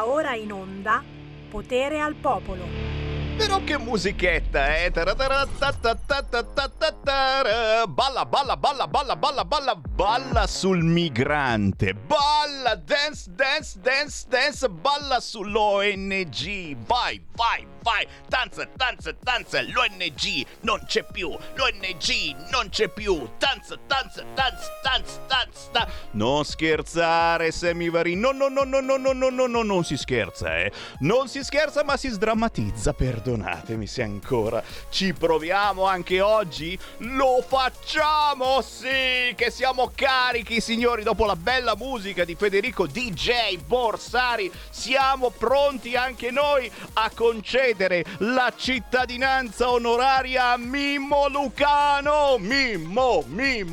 Va ora in onda Potere al Popolo. Però che musichetta, eh? Balla, balla, balla, balla, balla, balla, balla sul migrante. Balla, dance, dance, dance, dance, balla sull'ONG. Vai, vai, vai, danza, danza, danza. L'ONG non c'è più. L'ONG non c'è più. Danza, danza, danza, danza, danza. Non scherzare, Semivarin. No, no, no, no, no, no, no, no, no, non si scherza, eh. Non si scherza, ma si sdrammatizza, perdonatemi se ancora ci proviamo anche oggi. Lo facciamo, sì, che siamo carichi, signori. Dopo la bella musica di Federico DJ Borsari, siamo pronti anche noi a concedere la cittadinanza onoraria a Mimmo Lucano. Mimmo.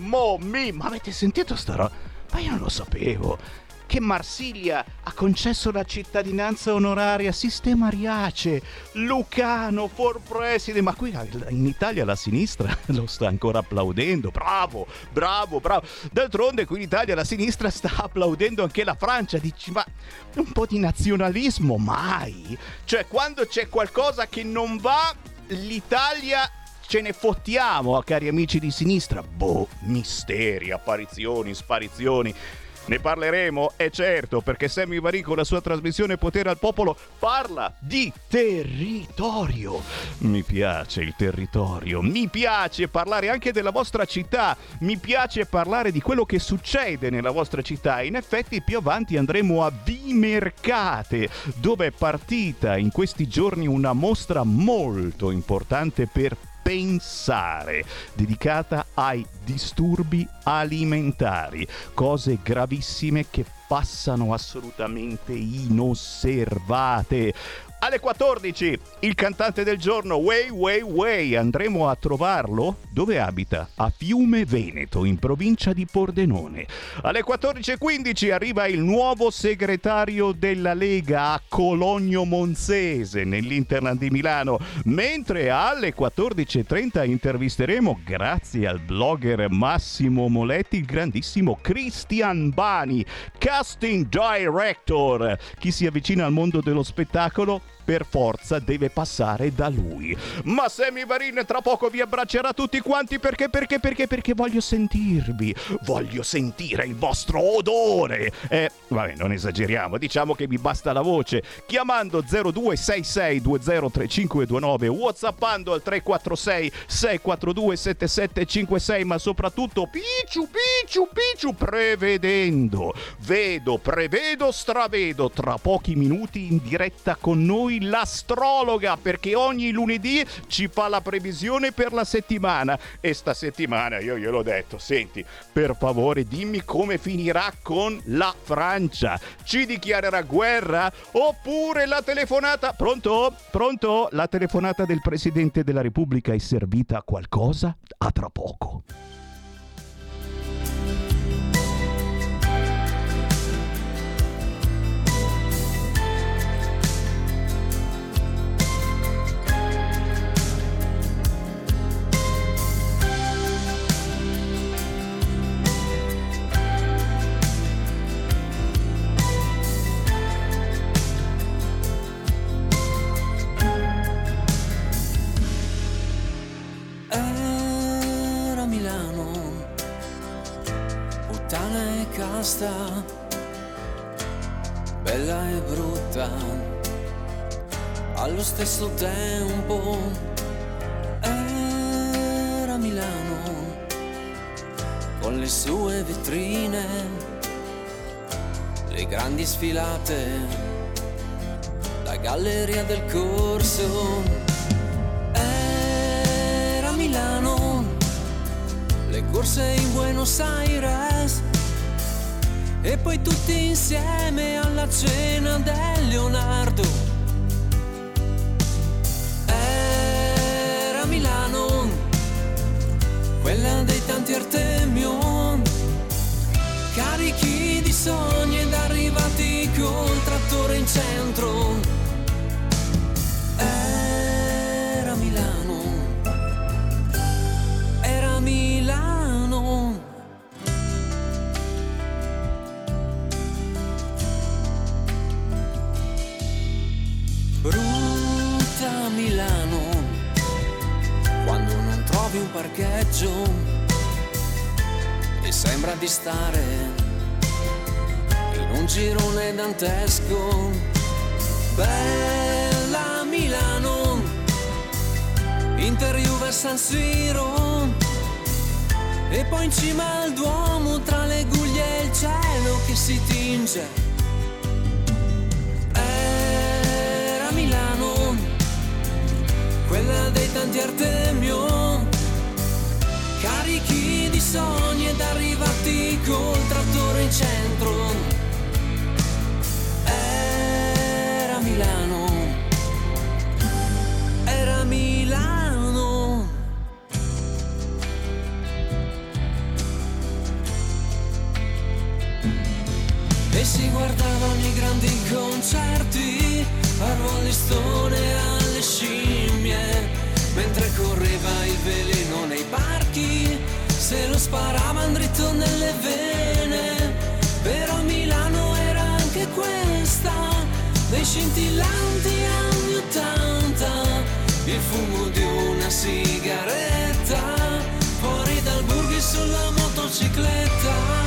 Ma avete sentito sta roba? Ma io non lo sapevo. Che Marsiglia ha concesso la cittadinanza onoraria a Sistema Riace, Lucano for president. Ma qui in Italia la sinistra lo sta ancora applaudendo. Bravo. D'altronde qui in Italia la sinistra sta applaudendo anche la Francia. Dici, ma un po' di nazionalismo mai? Cioè, quando c'è qualcosa che non va, l'Italia ce ne fottiamo, cari amici di sinistra. Misteri, apparizioni, sparizioni. Ne parleremo, è certo, perché Semivarin con la sua trasmissione Potere al Popolo parla di territorio. Mi piace il territorio, mi piace parlare anche della vostra città, mi piace parlare di quello che succede nella vostra città. In effetti più avanti andremo a Vimercate, dove è partita in questi giorni una mostra molto importante per pensare, dedicata ai disturbi alimentari, cose gravissime che passano assolutamente inosservate. Alle 14 il cantante del giorno Way Way Way, andremo a trovarlo dove abita, a Fiume Veneto, in provincia di Pordenone. Alle 14:15 arriva il nuovo segretario della Lega a Cologno Monzese, nell'Interland di Milano, mentre alle 14:30 intervisteremo, grazie al blogger Massimo Moletti, il grandissimo Christian Bani, casting director. Chi si avvicina al mondo dello spettacolo per forza deve passare da lui. Ma Semivarin tra poco vi abbraccerà tutti quanti perché voglio sentirvi, voglio sentire il vostro odore. Vabbè, non esageriamo, diciamo che mi basta la voce, chiamando 0266203529, whatsappando al 346 642 7756, ma soprattutto picciu prevedo, stravedo tra pochi minuti in diretta con noi l'astrologa, perché ogni lunedì ci fa la previsione per la settimana, e sta settimana io gliel'ho detto: senti, per favore dimmi come finirà con la Francia, ci dichiarerà guerra oppure la telefonata, pronto? La telefonata del Presidente della Repubblica è servita a qualcosa? A tra poco. Bella e brutta allo stesso tempo, era Milano con le sue vetrine, le grandi sfilate da Galleria del Corso. Era Milano, le corse in Buenos Aires e poi tutti insieme alla cena del Leonardo. Era Milano, quella dei tanti Artemion, carichi di sogni ed arrivati col trattore in centro. Era Milano, era Milano. un parcheggio e sembra di stare in un girone dantesco. Bella Milano, Inter, Juve, San Siro, e poi in cima al Duomo tra le guglie e il cielo che si tinge. Era Milano, quella dei tanti Artemio, carichi di sogni ed arrivati col trattore in centro. Era Milano, era Milano. E si guardavano i grandi concerti a Rolling Stone e alle scimmie, mentre correva il veleno nei parchi, se lo sparavano dritto nelle vene. Però Milano era anche questa, dei scintillanti anni '80, il fumo di una sigaretta, fuori dal Burghi sulla motocicletta.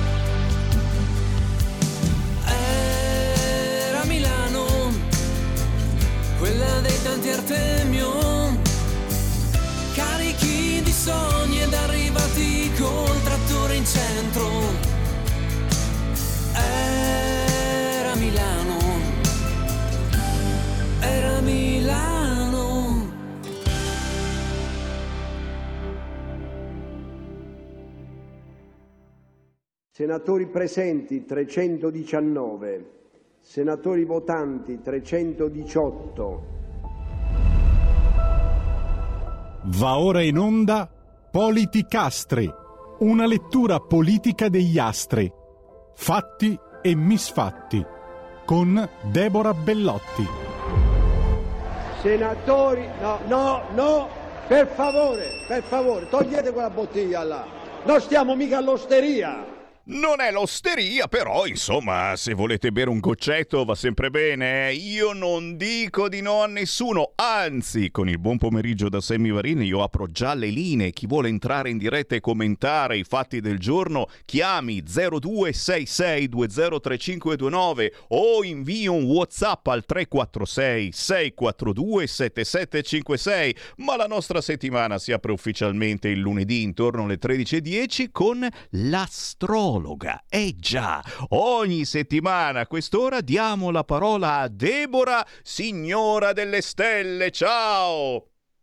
Era Milano, quella dei tanti Artemio, carichi di sogni ed arrivati col trattore in centro. Era Milano, era Milano. Senatori presenti 319, senatori votanti 318. Va ora in onda Politicastri, una lettura politica degli astri, fatti e misfatti, con Deborah Bellotti. Senatori, no, per favore, togliete quella bottiglia là. Non stiamo mica all'osteria. Non è l'osteria, però, insomma, se volete bere un goccetto va sempre bene. Io non dico di no a nessuno, anzi, con il buon pomeriggio da Sammy Varin io apro già le linee. Chi vuole entrare in diretta e commentare i fatti del giorno, chiami 0266203529 o invii un WhatsApp al 346 642 7756. Ma la nostra settimana si apre ufficialmente il lunedì intorno alle 13:10 con l'astrologa. Già, ogni settimana a quest'ora diamo la parola a Deborah, signora delle stelle. Ciao!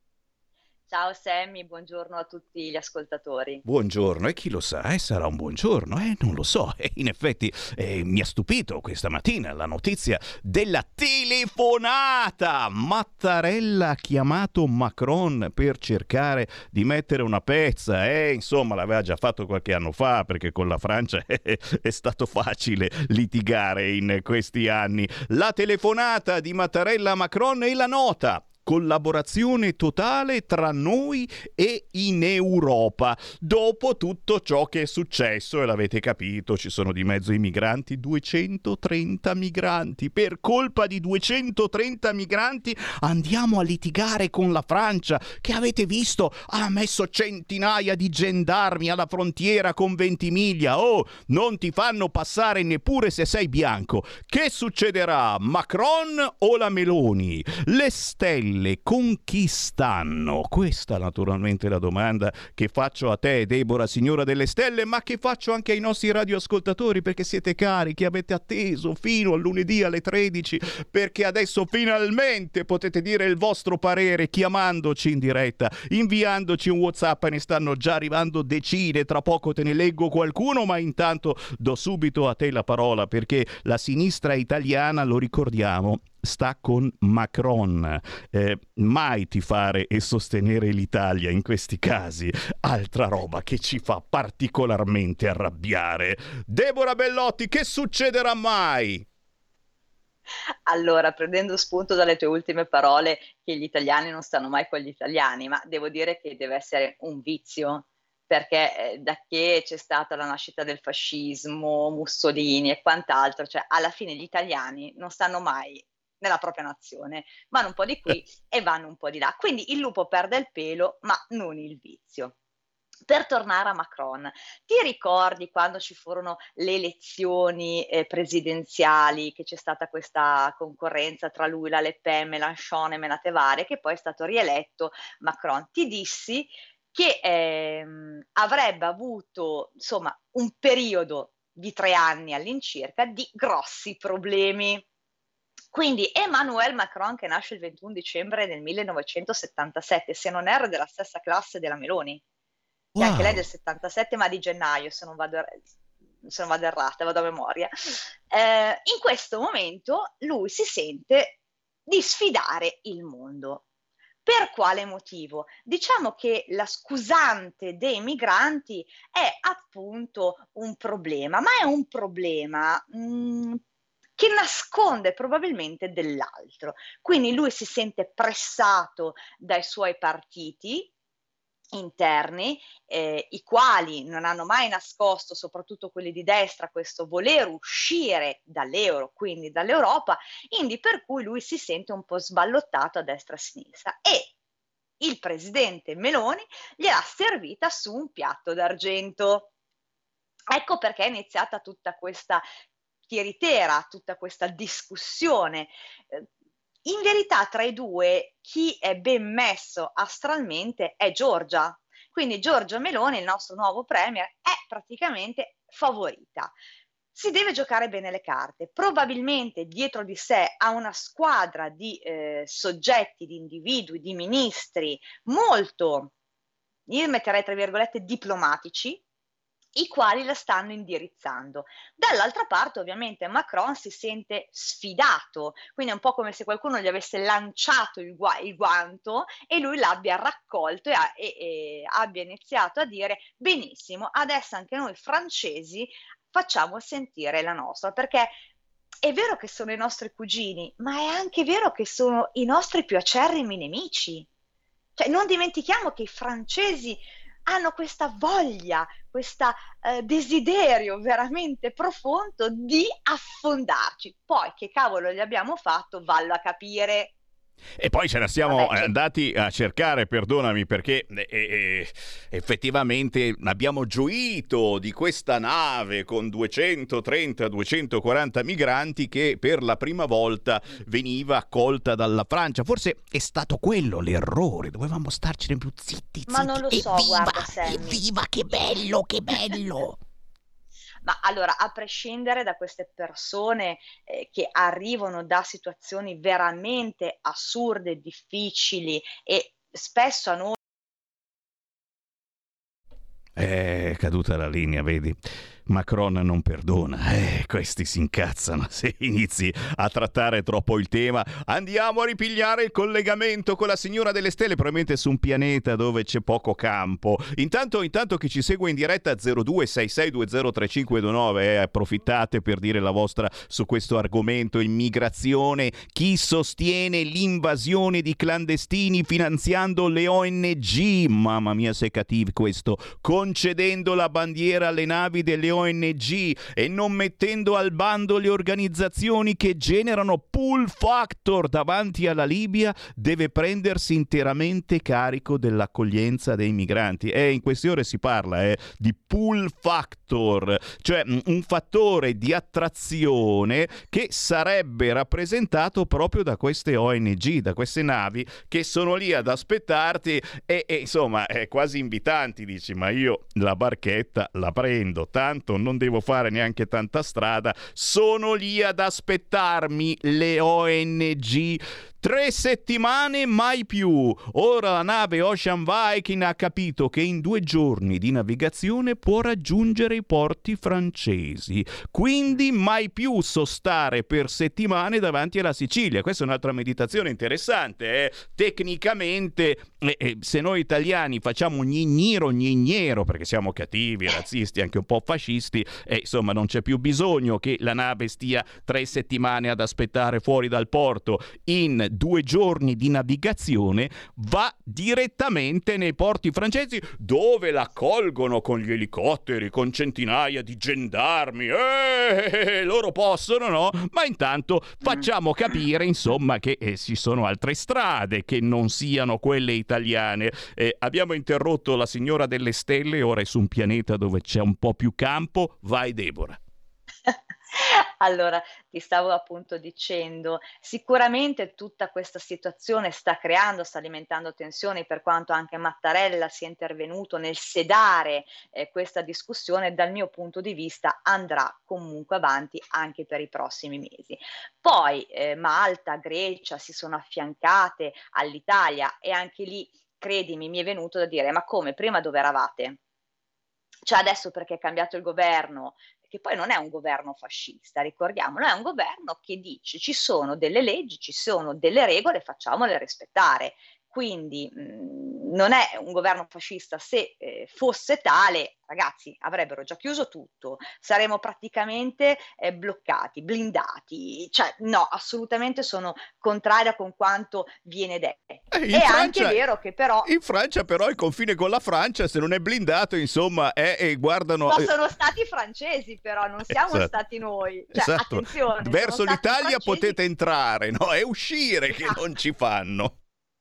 Ciao Sammy, buongiorno a tutti gli ascoltatori. Buongiorno, e chi lo sa, sarà un buongiorno, non lo so. In effetti mi ha stupito questa mattina la notizia della telefonata. Mattarella ha chiamato Macron per cercare di mettere una pezza. Insomma, l'aveva già fatto qualche anno fa, perché con la Francia è stato facile litigare in questi anni. La telefonata di Mattarella a Macron e la nota: collaborazione totale tra noi e in Europa. Dopo tutto ciò che è successo, e l'avete capito, ci sono di mezzo i migranti, 230 migranti. Per colpa di 230 migranti andiamo a litigare con la Francia, che avete visto ha messo centinaia di gendarmi alla frontiera con Ventimiglia. Non ti fanno passare neppure se sei bianco. Che succederà? Macron o la Meloni? Le stelle con chi stanno? Questa naturalmente è la domanda che faccio a te, Deborah, signora delle stelle, ma che faccio anche ai nostri radioascoltatori, perché siete carichi, avete atteso fino al lunedì alle 13, perché adesso finalmente potete dire il vostro parere chiamandoci in diretta, inviandoci un WhatsApp. Ne stanno già arrivando decine, tra poco te ne leggo qualcuno, ma intanto do subito a te la parola, perché la sinistra italiana, lo ricordiamo, sta con Macron. Mai tifare e sostenere l'Italia in questi casi, altra roba che ci fa particolarmente arrabbiare. Deborah Bellotti, che succederà mai? Allora, prendendo spunto dalle tue ultime parole, che gli italiani non stanno mai con gli italiani, ma devo dire che deve essere un vizio, perché da che c'è stata la nascita del fascismo, Mussolini e quant'altro, cioè alla fine gli italiani non stanno mai nella propria nazione, vanno un po' di qui e vanno un po' di là. Quindi il lupo perde il pelo, ma non il vizio. Per tornare a Macron, ti ricordi quando ci furono le elezioni presidenziali, che c'è stata questa concorrenza tra lui, la Le Pen, Mélenchon e menate varie, che poi è stato rieletto Macron? Ti dissi che avrebbe avuto insomma un periodo di 3 anni all'incirca di grossi problemi. Quindi Emmanuel Macron, che nasce il 21 dicembre del 1977, se non erro della stessa classe della Meloni, che anche lei del 77, ma di gennaio, se non vado errata, vado a memoria. In questo momento lui si sente di sfidare il mondo. Per quale motivo? Diciamo che la scusante dei migranti è appunto un problema, ma è un problema che nasconde probabilmente dell'altro. Quindi lui si sente pressato dai suoi partiti interni, i quali non hanno mai nascosto, soprattutto quelli di destra, questo voler uscire dall'euro, quindi dall'Europa, quindi per cui lui si sente un po' sballottato a destra e a sinistra, e il presidente Meloni gliel'ha servita su un piatto d'argento. Ecco perché è iniziata tutta questa tiritera, tutta questa discussione. In verità tra i due chi è ben messo astralmente è Giorgia, quindi Giorgia Meloni, il nostro nuovo premier, è praticamente favorita. Si deve giocare bene le carte, probabilmente dietro di sé ha una squadra di soggetti, di individui, di ministri molto, io metterei tra virgolette, diplomatici, i quali la stanno indirizzando. Dall'altra parte ovviamente Macron si sente sfidato, quindi è un po' come se qualcuno gli avesse lanciato il guanto e lui l'abbia raccolto e abbia iniziato a dire: benissimo, adesso anche noi francesi facciamo sentire la nostra, perché è vero che sono i nostri cugini, ma è anche vero che sono i nostri più acerrimi nemici. Cioè, non dimentichiamo che i francesi hanno questa voglia, questo desiderio veramente profondo di affondarci. Poi che cavolo gli abbiamo fatto, vallo a capire. E poi ce la siamo andati a cercare, perdonami, perché effettivamente abbiamo gioito di questa nave con 230-240 migranti che per la prima volta veniva accolta dalla Francia. Forse è stato quello l'errore, dovevamo starcene più zitti. Ma non lo so, guarda, evviva, che bello, che bello! Ma allora, a prescindere da queste persone che arrivano da situazioni veramente assurde, difficili e spesso a noi... È caduta la linea, vedi? Macron non perdona, questi si incazzano se inizi a trattare troppo il tema. Andiamo a ripigliare il collegamento con la signora delle stelle, probabilmente su un pianeta dove c'è poco campo. Intanto chi ci segue in diretta 0266203529, approfittate per dire la vostra su questo argomento, immigrazione. Chi sostiene l'invasione di clandestini finanziando le ONG? Mamma mia, se è cattivo questo, concedendo la bandiera alle navi delle ONG e non mettendo al bando le organizzazioni che generano pull factor davanti alla Libia, deve prendersi interamente carico dell'accoglienza dei migranti. In queste ore si parla di pull factor, cioè un fattore di attrazione che sarebbe rappresentato proprio da queste ONG, da queste navi che sono lì ad aspettarti e insomma è quasi invitanti, dici: ma io la barchetta la prendo, tanto non devo fare neanche tanta strada, sono lì ad aspettarmi le ONG. 3 settimane, mai più. Ora la nave Ocean Viking ha capito che in 2 giorni di navigazione può raggiungere i porti francesi. Quindi mai più sostare per settimane davanti alla Sicilia. Questa è un'altra meditazione interessante. Tecnicamente, se noi italiani facciamo gnignero, perché siamo cattivi, razzisti, anche un po' fascisti, fascisti, e insomma non c'è più bisogno che la nave stia 3 settimane ad aspettare fuori dal porto. In 2 giorni di navigazione va direttamente nei porti francesi, dove l'accolgono con gli elicotteri, con centinaia di gendarmi. Loro possono, no? Ma intanto facciamo capire, insomma, che ci sono altre strade che non siano quelle italiane. Abbiamo interrotto la signora delle stelle, ora è su un pianeta dove c'è un po' più campo. Vai, Deborah. Allora, ti stavo appunto dicendo, sicuramente tutta questa situazione sta alimentando tensioni, per quanto anche Mattarella sia intervenuto nel sedare questa discussione. Dal mio punto di vista andrà comunque avanti anche per i prossimi mesi. Poi Malta, Grecia si sono affiancate all'Italia, e anche lì, credimi, mi è venuto da dire: ma come, prima dove eravate? Cioè adesso, perché è cambiato il governo, che poi non è un governo fascista, ricordiamolo, è un governo che dice: ci sono delle leggi, ci sono delle regole, facciamole rispettare. Quindi non è un governo fascista. Se fosse tale, ragazzi, avrebbero già chiuso tutto, saremmo praticamente bloccati, blindati. Cioè no, assolutamente sono contraria con quanto viene detto. È anche vero che però in Francia però il confine con la Francia, se non è blindato, insomma, guardano. Ma sono stati i francesi, però non siamo stati noi. Cioè, esatto. Attenzione, verso l'Italia francesi... potete entrare, no? È uscire che non ci fanno.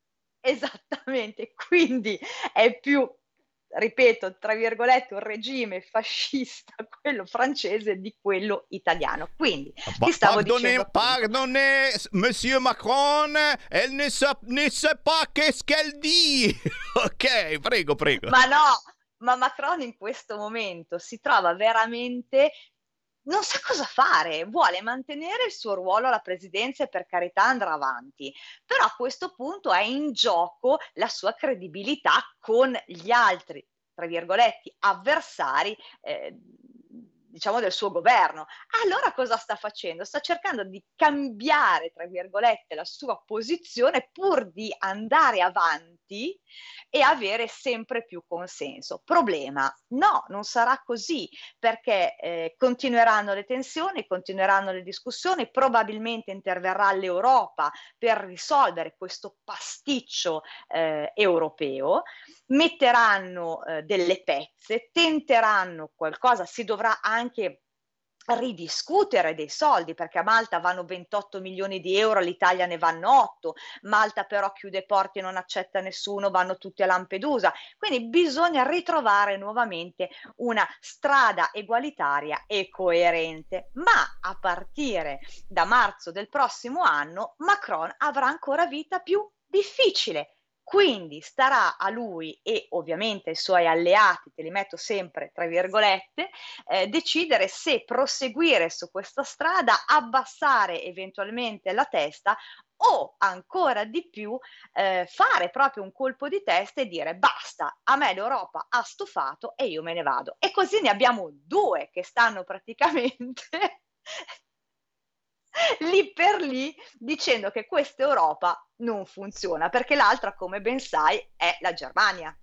Esattamente, quindi è più, ripeto, tra virgolette, un regime fascista, quello francese, di quello italiano. Quindi ti stavo dicendo... Pardonnez, Monsieur Macron, elle ne sait pas qu'est-ce qu'elle dit. Ok, prego. Ma no, ma Macron in questo momento si trova veramente... non sa cosa fare, vuole mantenere il suo ruolo alla presidenza e per carità andrà avanti, però a questo punto è in gioco la sua credibilità con gli altri, tra virgolette, avversari diciamo del suo governo. Allora cosa sta facendo? Sta cercando di cambiare, tra virgolette, la sua posizione pur di andare avanti e avere sempre più consenso. Problema? No, non sarà così, perché continueranno le tensioni, continueranno le discussioni, probabilmente interverrà l'Europa per risolvere questo pasticcio europeo, metteranno delle pezze, tenteranno qualcosa, si dovrà anche ridiscutere dei soldi, perché a Malta vanno 28 milioni di euro, all'Italia ne vanno 8, Malta però chiude i porti e non accetta nessuno, vanno tutti a Lampedusa, quindi bisogna ritrovare nuovamente una strada egualitaria e coerente, ma a partire da marzo del prossimo anno Macron avrà ancora vita più difficile. Quindi starà a lui e ovviamente ai suoi alleati, te li metto sempre tra virgolette, decidere se proseguire su questa strada, abbassare eventualmente la testa o ancora di più fare proprio un colpo di testa e dire: basta, a me l'Europa ha stufato e io me ne vado. E così ne abbiamo due che stanno praticamente lì per lì dicendo che questa Europa non funziona, perché l'altra, come ben sai, è la Germania.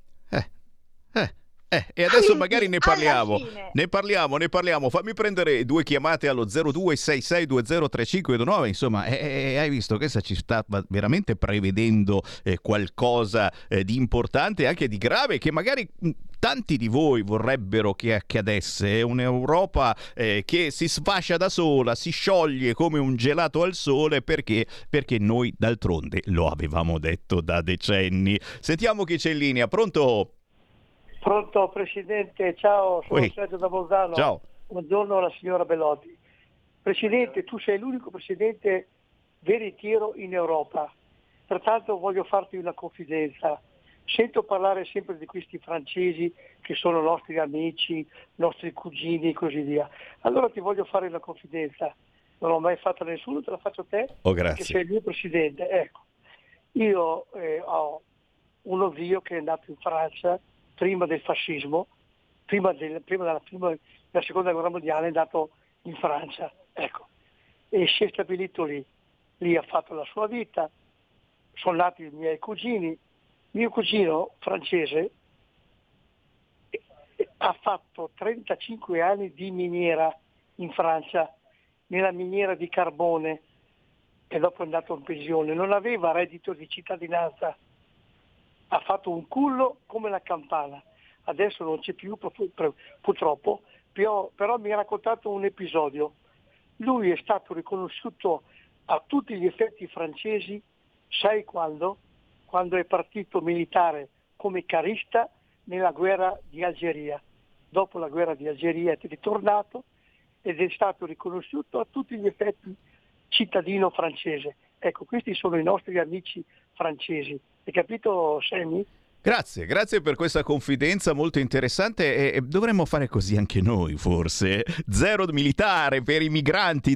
E adesso magari ne parliamo. Ne parliamo. Fammi prendere 2 chiamate allo 0266203529. Insomma, hai visto, questa ci sta veramente prevedendo qualcosa di importante, anche di grave, che magari tanti di voi vorrebbero che accadesse. È un'Europa che si sfascia da sola, si scioglie come un gelato al sole, perché noi d'altronde lo avevamo detto da decenni. Sentiamo chi c'è in linea. Pronto? Pronto Presidente, ciao, sono Sergio da Bolzano. Ciao. Buongiorno alla signora Bellotti. Presidente, tu sei l'unico Presidente veritiero in Europa, pertanto voglio farti una confidenza. Sento parlare sempre di questi francesi che sono nostri amici, nostri cugini e così via. Allora ti voglio fare una confidenza, non l'ho mai fatta a nessuno, te la faccio a te, grazie. Che sei il mio Presidente. Ecco, io ho uno zio che è andato in Francia prima del fascismo, prima della seconda guerra mondiale, è andato in Francia, ecco, e si è stabilito lì ha fatto la sua vita, sono nati i miei cugini, mio cugino francese ha fatto 35 anni di miniera in Francia, nella miniera di carbone, e dopo è andato in pensione. Non aveva reddito di cittadinanza, ha fatto un cullo come la campana. Adesso non c'è più purtroppo, però mi ha raccontato un episodio. Lui è stato riconosciuto a tutti gli effetti francesi, sai quando? Quando è partito militare come carista nella guerra di Algeria. Dopo la guerra di Algeria è ritornato ed è stato riconosciuto a tutti gli effetti cittadino francese. Ecco, questi sono i nostri amici francesi. Hai capito, Sammy? Grazie per questa confidenza molto interessante, e dovremmo fare così anche noi forse. Zero militare per i migranti,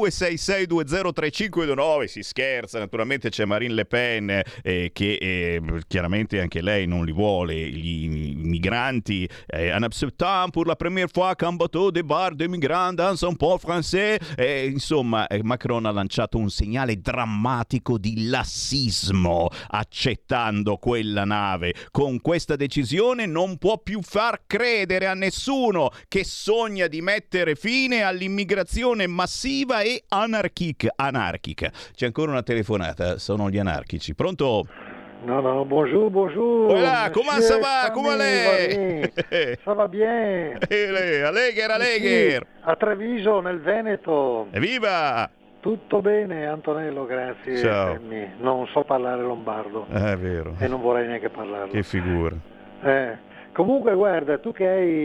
0266203529, si scherza, naturalmente c'è Marine Le Pen che chiaramente anche lei non li vuole, gli migranti. Un acceptant pour la première fois qu'un bateau débarque des migrants dans un port français. Insomma, Macron ha lanciato un segnale drammatico di lassismo accettando quella nave. Con questa decisione non può più far credere a nessuno che sogna di mettere fine all'immigrazione massiva e anarchica. C'è ancora una telefonata, sono gli anarchici. Pronto? No, bonjour. Voilà, comment ça va? Come lei? Ça va bien. Allegher. A Treviso, nel Veneto. Evviva! Tutto bene, Antonello, grazie. Ciao. Non so parlare lombardo. È vero. E non vorrei neanche parlarlo. Che figura. Comunque, guarda, tu che hai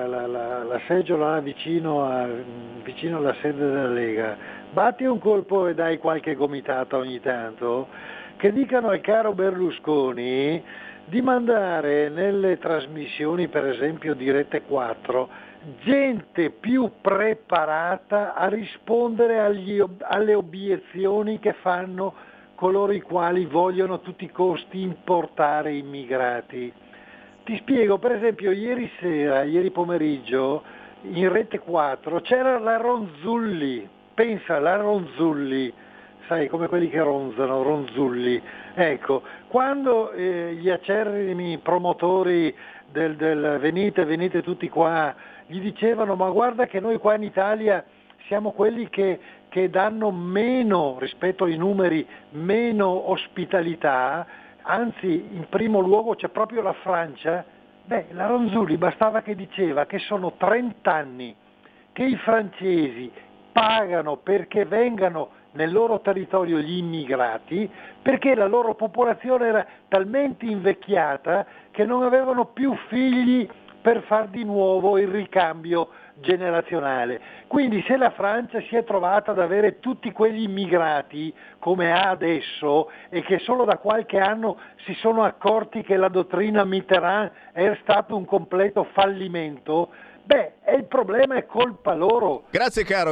la seggiola vicino alla sede della Lega, batti un colpo e dai qualche gomitata ogni tanto, che dicano al caro Berlusconi di mandare nelle trasmissioni, per esempio di Rete 4, gente più preparata a rispondere alle obiezioni che fanno coloro i quali vogliono a tutti i costi importare immigrati. Ti spiego, per esempio, ieri pomeriggio, in Rete 4 c'era la Ronzulli, pensa, la Ronzulli, sai, come quelli che ronzano, Ronzulli. Ecco, quando gli acerrimi promotori del venite tutti qua, gli dicevano ma guarda che noi qua in Italia siamo quelli che danno meno, rispetto ai numeri, meno ospitalità, anzi in primo luogo c'è proprio la Francia, la Ronzulli bastava che diceva che sono 30 anni che i francesi pagano perché vengano nel loro territorio gli immigrati, perché la loro popolazione era talmente invecchiata che non avevano più figli per far di nuovo il ricambio generazionale. Quindi se la Francia si è trovata ad avere tutti quegli immigrati come ha adesso, e che solo da qualche anno si sono accorti che la dottrina Mitterrand è stato un completo fallimento, il problema è colpa loro. Grazie caro.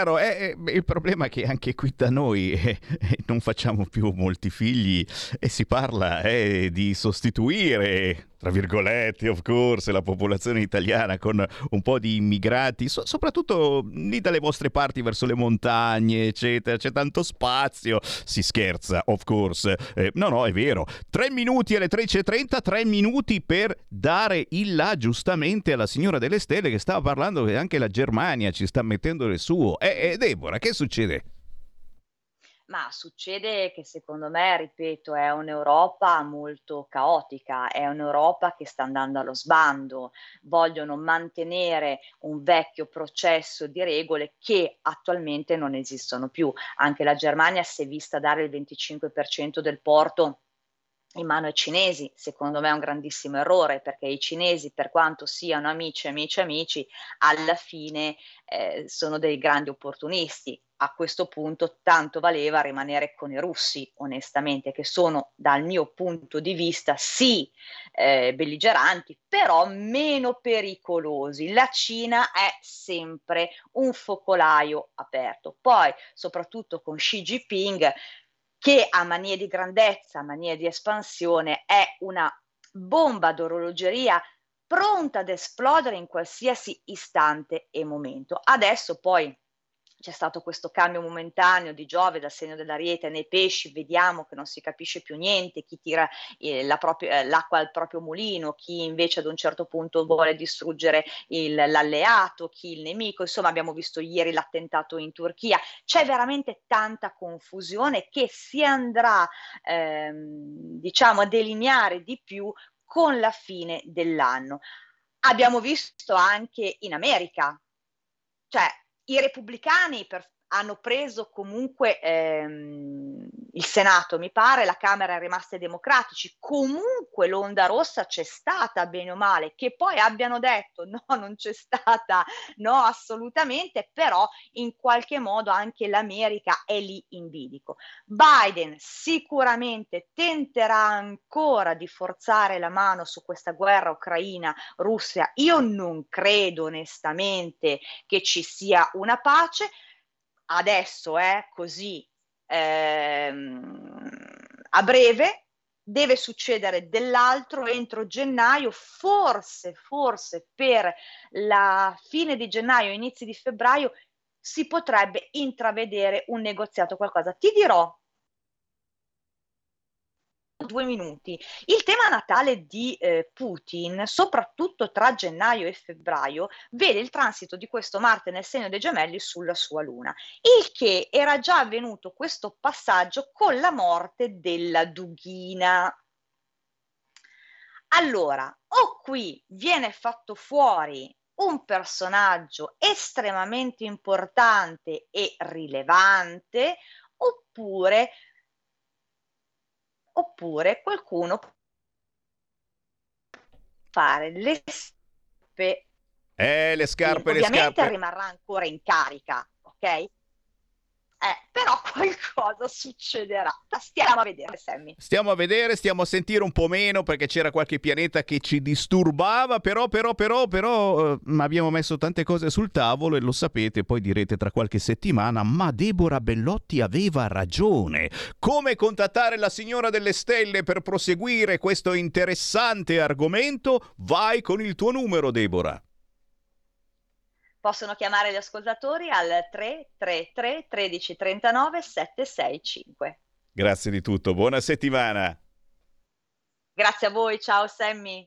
Il problema è che anche qui da noi non facciamo più molti figli e si parla di sostituire, tra virgolette, of course, la popolazione italiana con un po' di immigrati, soprattutto lì dalle vostre parti verso le montagne, eccetera. C'è tanto spazio. Si scherza, of course. No, è vero. 3 minuti alle 13:30, 3 minuti per dare il là giustamente alla signora delle stelle, che stava parlando che anche la Germania ci sta mettendo il suo. Deborah, che succede? Ma succede che secondo me, ripeto, è un'Europa molto caotica, è un'Europa che sta andando allo sbando, vogliono mantenere un vecchio processo di regole che attualmente non esistono più. Anche la Germania si è vista dare il 25% del porto in mano ai cinesi. Secondo me è un grandissimo errore, perché i cinesi, per quanto siano amici, alla fine sono dei grandi opportunisti. A questo punto tanto valeva rimanere con i russi, onestamente, che sono, dal mio punto di vista, sì belligeranti, però meno pericolosi. La Cina è sempre un focolaio aperto. Poi, soprattutto con Xi Jinping, che a manie di grandezza, a manie di espansione, è una bomba d'orologeria pronta ad esplodere in qualsiasi istante e momento. Adesso poi c'è stato questo cambio momentaneo di Giove dal segno dell'Ariete nei pesci, vediamo che non si capisce più niente, chi tira l'acqua al proprio mulino, chi invece ad un certo punto vuole distruggere l'alleato, chi il nemico, insomma abbiamo visto ieri l'attentato in Turchia, c'è veramente tanta confusione che si andrà diciamo a delineare di più con la fine dell'anno. Abbiamo visto anche in America, cioè i repubblicani hanno preso comunque il Senato, mi pare, la Camera è rimasta ai democratici, comunque l'onda rossa c'è stata, bene o male, che poi abbiano detto no, non c'è stata, no, assolutamente, però in qualche modo anche l'America è lì in bilico. Biden sicuramente tenterà ancora di forzare la mano su questa guerra Ucraina-Russia, io non credo onestamente che ci sia una pace. Adesso è così a breve, deve succedere dell'altro entro gennaio, forse per la fine di gennaio, inizi di febbraio si potrebbe intravedere un negoziato, qualcosa. Ti dirò 2 minuti. Il tema natale di Putin, soprattutto tra gennaio e febbraio, vede il transito di questo Marte nel segno dei Gemelli sulla sua luna, il che era già avvenuto questo passaggio con la morte della Dughina. Allora, o qui viene fatto fuori un personaggio estremamente importante e rilevante, oppure qualcuno può fare le scarpe. Ovviamente rimarrà ancora in carica, ok? Però qualcosa succederà. Stiamo a vedere, Sammy. Stiamo a vedere, stiamo a sentire un po' meno perché c'era qualche pianeta che ci disturbava, però abbiamo messo tante cose sul tavolo e lo sapete, poi direte tra qualche settimana, ma Deborah Bellotti aveva ragione. Come contattare la signora delle stelle per proseguire questo interessante argomento? Vai con il tuo numero, Deborah. Possono chiamare gli ascoltatori al 333 13 39 765. Grazie di tutto, buona settimana. Grazie a voi, ciao Sammy.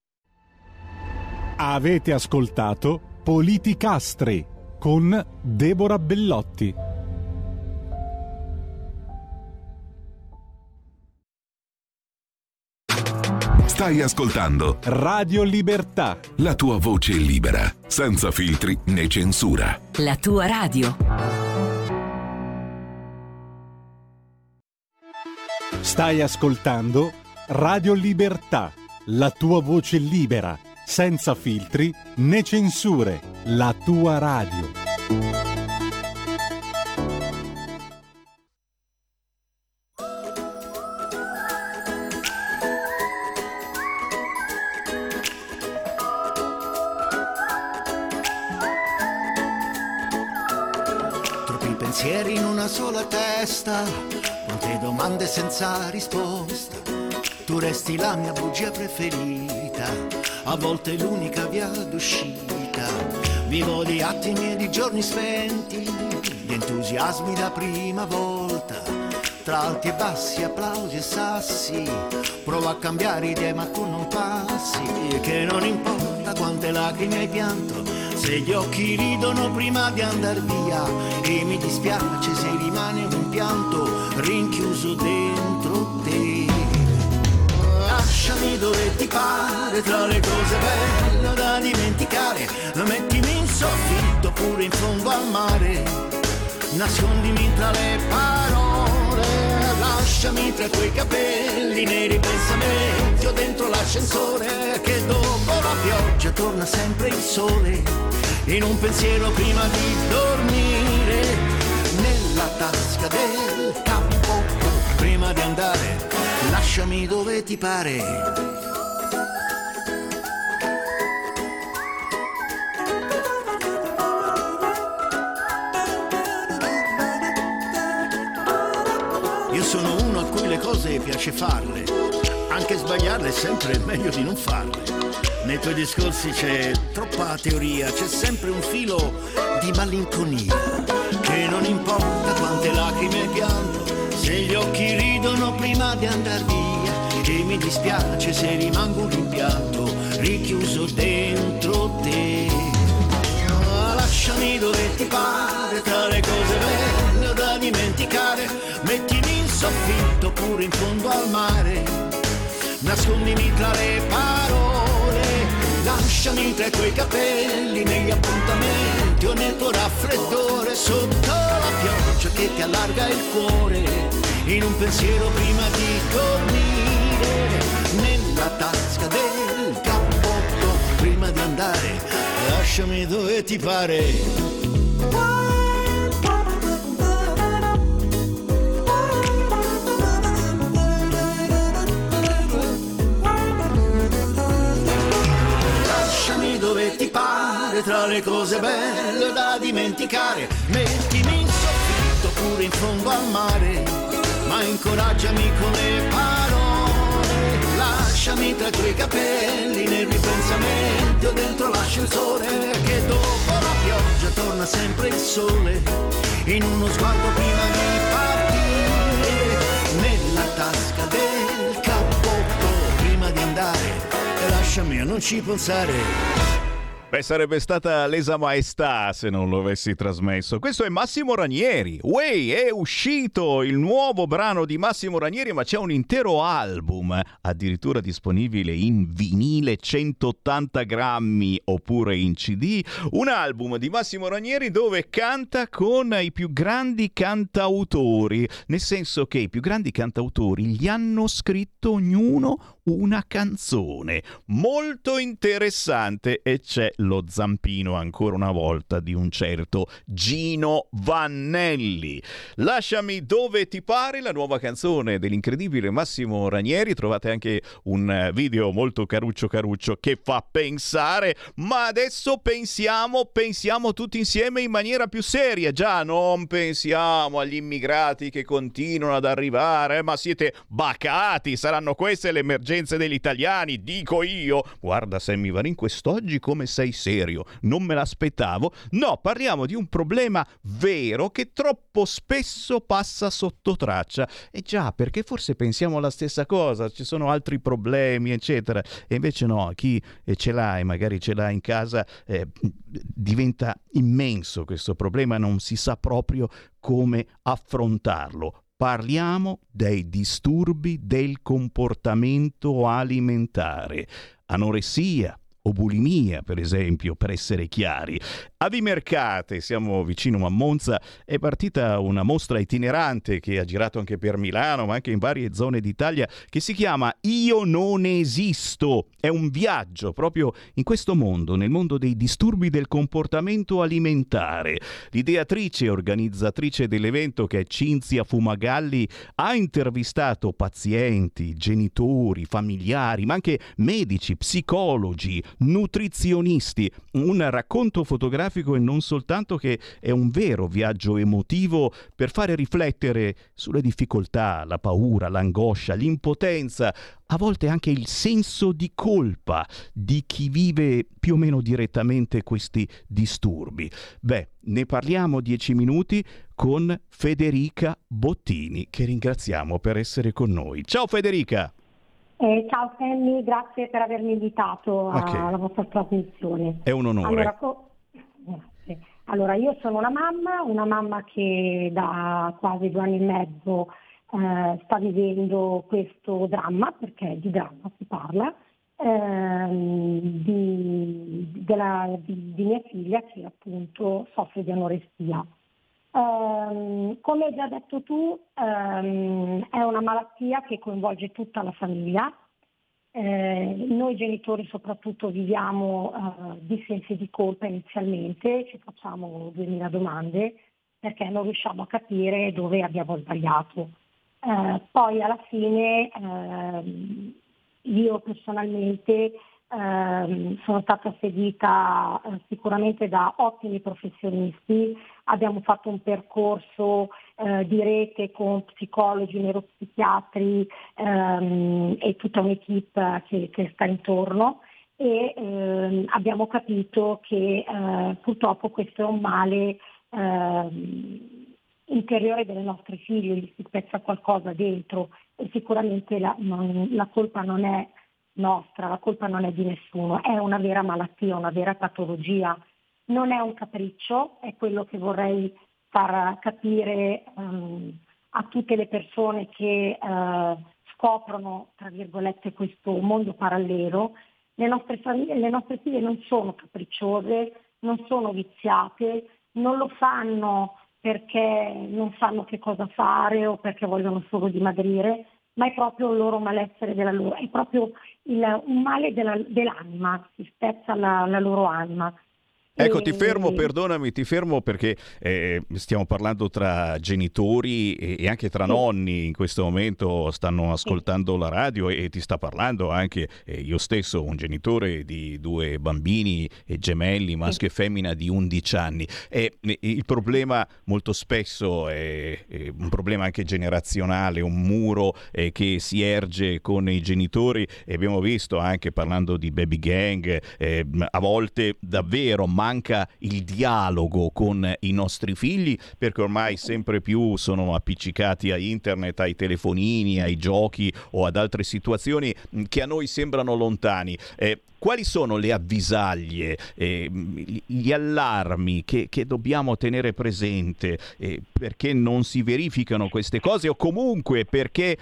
Avete ascoltato Politicastri con Deborah Bellotti. Stai ascoltando Radio Libertà, la tua voce libera, senza filtri né censura. La tua radio. Stai ascoltando Radio Libertà, la tua voce libera, senza filtri né censure. La tua radio. Pensieri in una sola testa, molte domande senza risposta. Tu resti la mia bugia preferita, a volte l'unica via d'uscita. Vivo di attimi e di giorni spenti, di entusiasmi da prima volta. Tra alti e bassi, applausi e sassi, provo a cambiare idee ma tu non passi. E che non importa quante lacrime hai pianto, se gli occhi ridono prima di andar via, e mi dispiace se rimane un pianto rinchiuso dentro te. Lasciami dove ti pare, tra le cose belle da dimenticare, mettimi in soffitto pure in fondo al mare, nascondimi tra le parole, lasciami tra quei capelli neri pensamenti o dentro l'ascensore, che dopo la pioggia torna sempre il sole. In un pensiero prima di dormire, nella tasca del capo, prima di andare, lasciami dove ti pare. Io sono uno a cui le cose piace farle, anche sbagliarle è sempre meglio di non farle. Nei tuoi discorsi c'è troppa teoria, c'è sempre un filo di malinconia che di andar via, e mi dispiace se rimango un rimpianto richiuso dentro te. Lasciami dove ti pare, tra le cose belle da dimenticare, mettimi in soffitto pure in fondo al mare, nascondimi tra le parole, lasciami tra i tuoi capelli, negli appuntamenti o nel tuo raffreddore, sotto la pioggia che ti allarga il cuore, in un pensiero prima di dormire, nella tasca del cappotto prima di andare, lasciami dove ti pare. Dove ti pare, tra le cose belle da dimenticare, mettimi in soffitto pure in fondo al mare, ma incoraggiami con le parole, lasciami tra i tuoi capelli, nei ripensamenti o dentro l'ascensore, che dopo la pioggia torna sempre il sole, in uno sguardo prima di partire, nella tasca del cappotto prima di andare, lasciami a non ci pensare. Beh, sarebbe stata lesa maestà se non lo avessi trasmesso. Questo è Massimo Ranieri. Uè, è uscito il nuovo brano di Massimo Ranieri, ma c'è un intero album, addirittura disponibile in vinile 180 grammi oppure in CD. Un album di Massimo Ranieri dove canta con i più grandi cantautori, nel senso che i più grandi cantautori gli hanno scritto ognuno una canzone molto interessante, e c'è lo zampino ancora una volta di un certo Gino Vannelli. Lasciami dove ti pare, la nuova canzone dell'incredibile Massimo Ranieri. Trovate anche un video molto caruccio che fa pensare, ma adesso pensiamo tutti insieme in maniera più seria. Già, non pensiamo agli immigrati che continuano ad arrivare, ma siete bacati, saranno queste le emergenze degli italiani, dico io. Guarda Sammy Varin, quest'oggi come sei serio, non me l'aspettavo. No, parliamo di un problema vero che troppo spesso passa sotto traccia. E già, perché forse pensiamo alla stessa cosa, ci sono altri problemi eccetera, e invece no, chi ce l'ha e magari ce l'ha in casa, diventa immenso questo problema, non si sa proprio come affrontarlo. Parliamo dei disturbi del comportamento alimentare, anoressia o bulimia, per esempio, per essere chiari. A Vimercate, siamo vicino a Monza, è partita una mostra itinerante che ha girato anche per Milano, ma anche in varie zone d'Italia, che si chiama Io non esisto. È un viaggio proprio in questo mondo, nel mondo dei disturbi del comportamento alimentare. L'ideatrice e organizzatrice dell'evento, che è Cinzia Fumagalli, ha intervistato pazienti, genitori, familiari, ma anche medici, psicologi, nutrizionisti. Un racconto fotografico e non soltanto, che è un vero viaggio emotivo per fare riflettere sulle difficoltà, la paura, l'angoscia, l'impotenza, a volte anche il senso di colpa di chi vive più o meno direttamente questi disturbi. Beh, ne parliamo 10 minuti con Federica Bottini, che ringraziamo per essere con noi. Ciao Federica! Ciao Sammy, grazie per avermi invitato alla vostra trasmissione. È un onore. Allora, io sono una mamma che da quasi 2 anni e mezzo sta vivendo questo dramma, perché di dramma si parla, di mia figlia che appunto soffre di anoressia. Come hai già detto tu, è una malattia che coinvolge tutta la famiglia. Noi genitori soprattutto viviamo di sensi di colpa inizialmente, ci facciamo 2000 domande perché non riusciamo a capire dove abbiamo sbagliato. Poi alla fine io personalmente sono stata seguita sicuramente da ottimi professionisti, abbiamo fatto un percorso di rete con psicologi, neuropsichiatri e tutta un'equipe che sta intorno, e abbiamo capito che purtroppo questo è un male interiore delle nostre figlie, gli si spezza qualcosa dentro e sicuramente la colpa non è nostra, la colpa non è di nessuno, è una vera malattia, una vera patologia, non è un capriccio, è quello che vorrei far capire a tutte le persone che scoprono, tra virgolette, questo mondo parallelo. Le nostre figlie non sono capricciose, non sono viziate, non lo fanno perché non sanno che cosa fare o perché vogliono solo dimagrire, ma è proprio il loro malessere è proprio un male dell'anima, si spezza la loro anima. Ecco, ti fermo perché stiamo parlando tra genitori e anche tra nonni. In questo momento stanno ascoltando la radio e ti sta parlando anche io stesso, un genitore di 2 bambini gemelli, maschio e femmina di 11 anni. Il problema molto spesso è un problema anche generazionale, un muro che si erge con i genitori, e abbiamo visto anche parlando di baby gang, a volte davvero manca il dialogo con i nostri figli, perché ormai sempre più sono appiccicati a internet, ai telefonini, ai giochi o ad altre situazioni che a noi sembrano lontani. Quali sono le avvisaglie, gli allarmi che dobbiamo tenere presente perché non si verificano queste cose, o comunque perché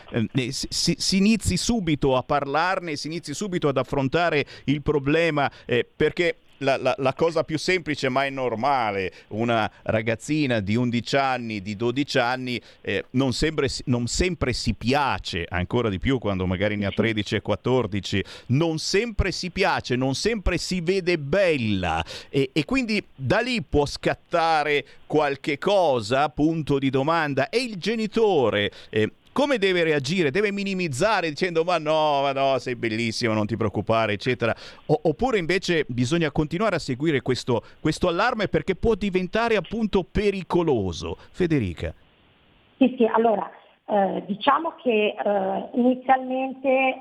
si inizi subito a parlarne, si inizi subito ad affrontare il problema, perché la cosa più semplice ma è normale, una ragazzina di 11 anni, di 12 anni non sempre si piace, ancora di più quando magari ne ha 13 e 14, non sempre si piace, non sempre si vede bella, e quindi da lì può scattare qualche cosa, punto di domanda, e il genitore come deve reagire? Deve minimizzare dicendo ma no, sei bellissima, non ti preoccupare, eccetera, oppure invece bisogna continuare a seguire questo allarme, perché può diventare appunto pericoloso? Federica. Sì, allora diciamo che inizialmente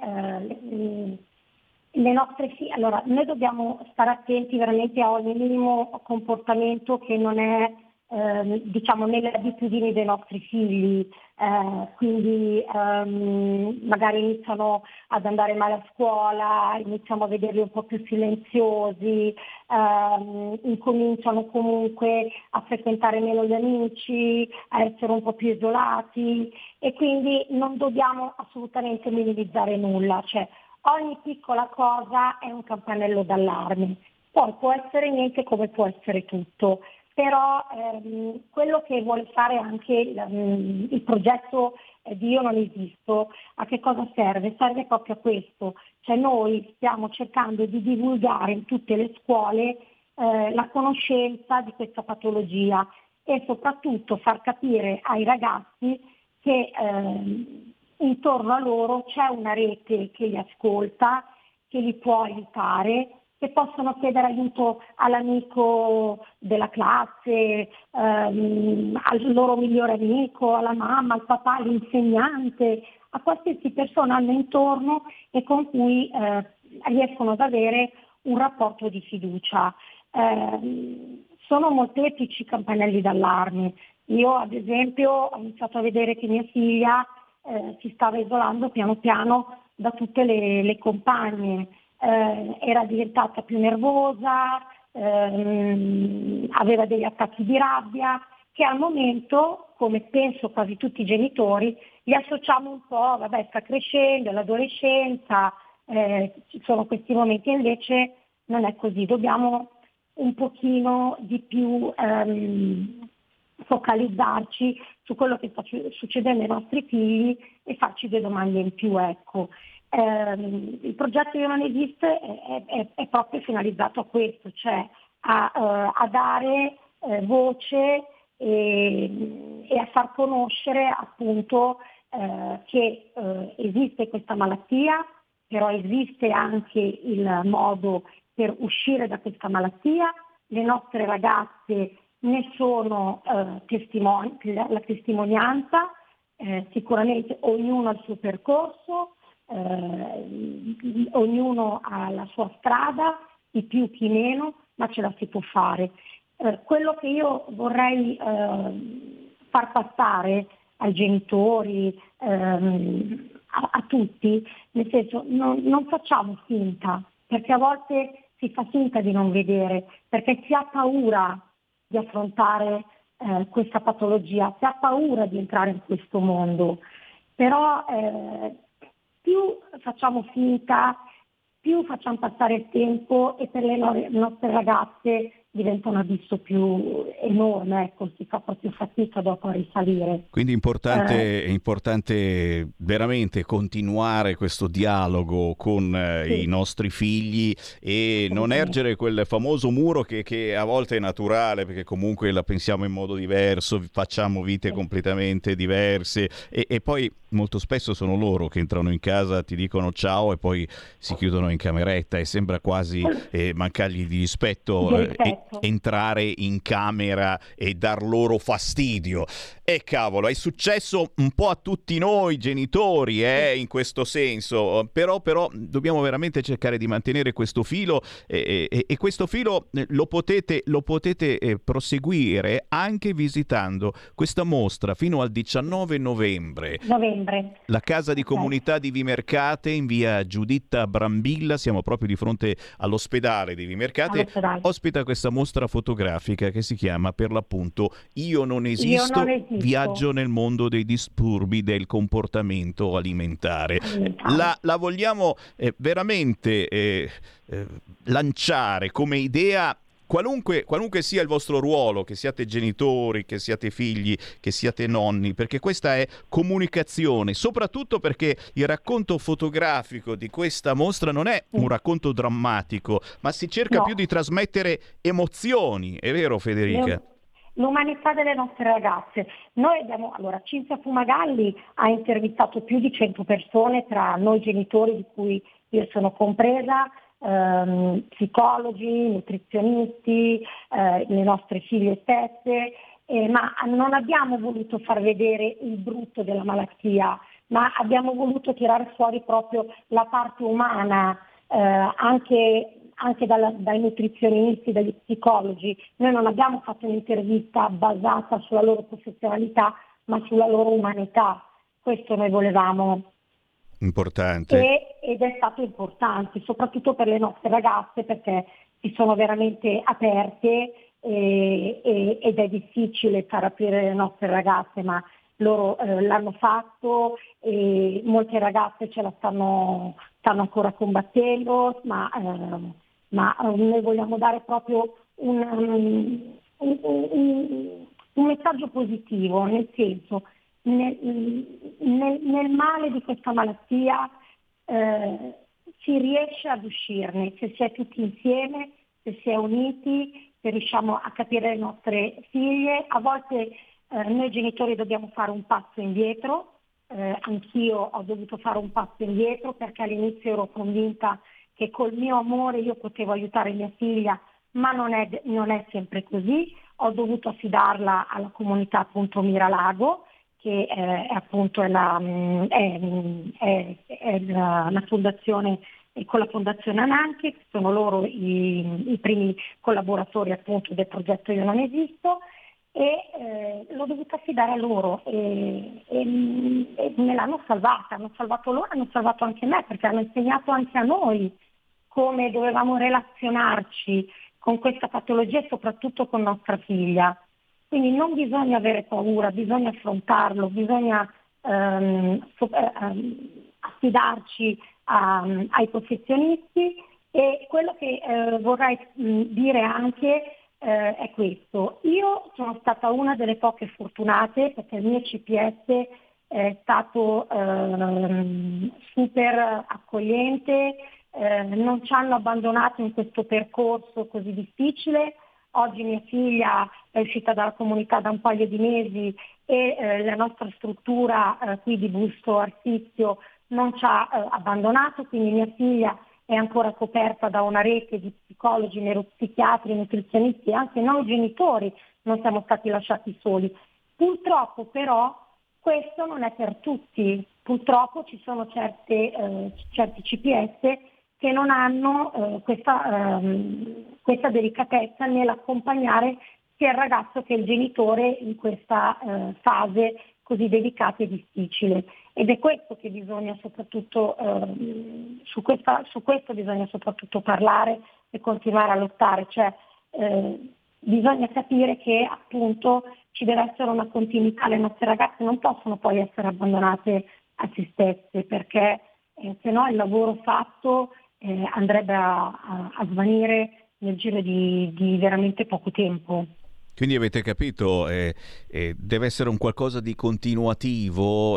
le nostre figlie, allora noi dobbiamo stare attenti veramente a ogni minimo comportamento che non è diciamo nelle abitudini dei nostri figli, quindi magari iniziano ad andare male a scuola, iniziamo a vederli un po' più silenziosi, incominciano comunque a frequentare meno gli amici, a essere un po' più isolati, e quindi non dobbiamo assolutamente minimizzare nulla, cioè ogni piccola cosa è un campanello d'allarme, poi può essere niente come può essere tutto. Però quello che vuole fare anche il progetto di Io non esisto, a che cosa serve? Serve proprio a questo, cioè noi stiamo cercando di divulgare in tutte le scuole la conoscenza di questa patologia e soprattutto far capire ai ragazzi che intorno a loro c'è una rete che li ascolta, che li può aiutare, che possono chiedere aiuto all'amico della classe, al loro migliore amico, alla mamma, al papà, all'insegnante, a qualsiasi persona hanno intorno e con cui riescono ad avere un rapporto di fiducia. Sono molteplici i campanelli d'allarme. Io ad esempio ho iniziato a vedere che mia figlia si stava isolando piano piano da tutte le compagne. Era diventata più nervosa, aveva degli attacchi di rabbia che al momento, come penso quasi tutti i genitori, li associamo un po', vabbè, sta crescendo, è l'adolescenza, ci sono questi momenti, invece non è così, dobbiamo un pochino di più focalizzarci su quello che sta succedendo ai nostri figli e farci 2 domande in più, ecco. Il progetto Io non esiste è proprio finalizzato a questo, cioè a dare voce e a far conoscere appunto che esiste questa malattia, però esiste anche il modo per uscire da questa malattia. Le nostre ragazze ne sono la testimonianza, sicuramente ognuno ha il suo percorso, ognuno ha la sua strada, chi più chi meno, ma ce la si può fare. Quello che io vorrei far passare ai genitori, a tutti, nel senso non facciamo finta, perché a volte si fa finta di non vedere, perché si ha paura di affrontare questa patologia, si ha paura di entrare in questo mondo, però più facciamo finta, più facciamo passare il tempo e per le nostre ragazze diventa un abisso più enorme, ecco, si fa proprio fatica dopo a risalire. Quindi è importante veramente continuare questo dialogo con i nostri figli e non ergere quel famoso muro che a volte è naturale, perché comunque la pensiamo in modo diverso, facciamo vite completamente diverse e poi molto spesso sono loro che entrano in casa, ti dicono ciao e poi si chiudono in cameretta e sembra quasi mancargli di rispetto entrare in camera e dar loro fastidio. E cavolo, è successo un po' a tutti noi genitori in questo senso, però dobbiamo veramente cercare di mantenere questo filo e questo filo lo potete proseguire anche visitando questa mostra fino al 19 novembre. La casa di comunità di Vimercate in via Giuditta Brambilla, siamo proprio di fronte all'ospedale di Vimercate, ospita questa mostra fotografica che si chiama per l'appunto Io non esisto, viaggio nel mondo dei disturbi del comportamento alimentare. La vogliamo veramente lanciare come idea. Qualunque sia il vostro ruolo, che siate genitori, che siate figli, che siate nonni, perché questa è comunicazione, soprattutto perché il racconto fotografico di questa mostra non è un racconto drammatico, ma si cerca più di trasmettere emozioni, è vero Federica? L'umanità delle nostre ragazze. Noi abbiamo, Cinzia Fumagalli ha intervistato più di 100 persone tra noi genitori, di cui io sono compresa, psicologi, nutrizionisti, le nostre figlie stesse, ma non abbiamo voluto far vedere il brutto della malattia, ma abbiamo voluto tirare fuori proprio la parte umana, anche dai nutrizionisti, dagli psicologi. Noi non abbiamo fatto un'intervista basata sulla loro professionalità, ma sulla loro umanità. Questo noi volevamo. Importante. Ed è stato importante, soprattutto per le nostre ragazze, perché si sono veramente aperte ed è difficile far aprire le nostre ragazze, ma loro l'hanno fatto e molte ragazze ce la stanno ancora combattendo, ma noi vogliamo dare proprio un messaggio positivo, nel senso, nel male di questa malattia si riesce ad uscirne se si è tutti insieme, se si è uniti, se riusciamo a capire le nostre figlie. A volte noi genitori dobbiamo fare un passo indietro, anch'io ho dovuto fare un passo indietro perché all'inizio ero convinta che col mio amore io potevo aiutare mia figlia, ma non è sempre così. Ho dovuto affidarla alla comunità appunto Miralago, che è appunto la fondazione, con la fondazione Ananke, che sono loro i primi collaboratori appunto del progetto Io non esisto, e l'ho dovuta affidare a loro e me l'hanno salvata, hanno salvato loro, hanno salvato anche me, perché hanno insegnato anche a noi come dovevamo relazionarci con questa patologia e soprattutto con nostra figlia. Quindi non bisogna avere paura, bisogna affrontarlo, bisogna affidarci ai professionisti, e quello che vorrei dire anche è questo. Io sono stata una delle poche fortunate, perché il mio CPS è stato super accogliente, non ci hanno abbandonato in questo percorso così difficile. Oggi mia figlia è uscita dalla comunità da un paio di mesi e la nostra struttura qui di Busto Arsizio non ci ha abbandonato, quindi mia figlia è ancora coperta da una rete di psicologi, neuropsichiatri, nutrizionisti, e anche noi genitori non siamo stati lasciati soli. Purtroppo però questo non è per tutti, purtroppo ci sono certi CPS che non hanno questa delicatezza nell'accompagnare sia il ragazzo che il genitore in questa fase così delicata e difficile. Ed è questo che bisogna soprattutto, su questo bisogna soprattutto parlare e continuare a lottare, cioè bisogna capire che appunto ci deve essere una continuità, le nostre ragazze non possono poi essere abbandonate a se stesse, perché se no il lavoro fatto andrebbe a svanire nel giro di veramente poco tempo. Quindi avete capito, deve essere un qualcosa di continuativo,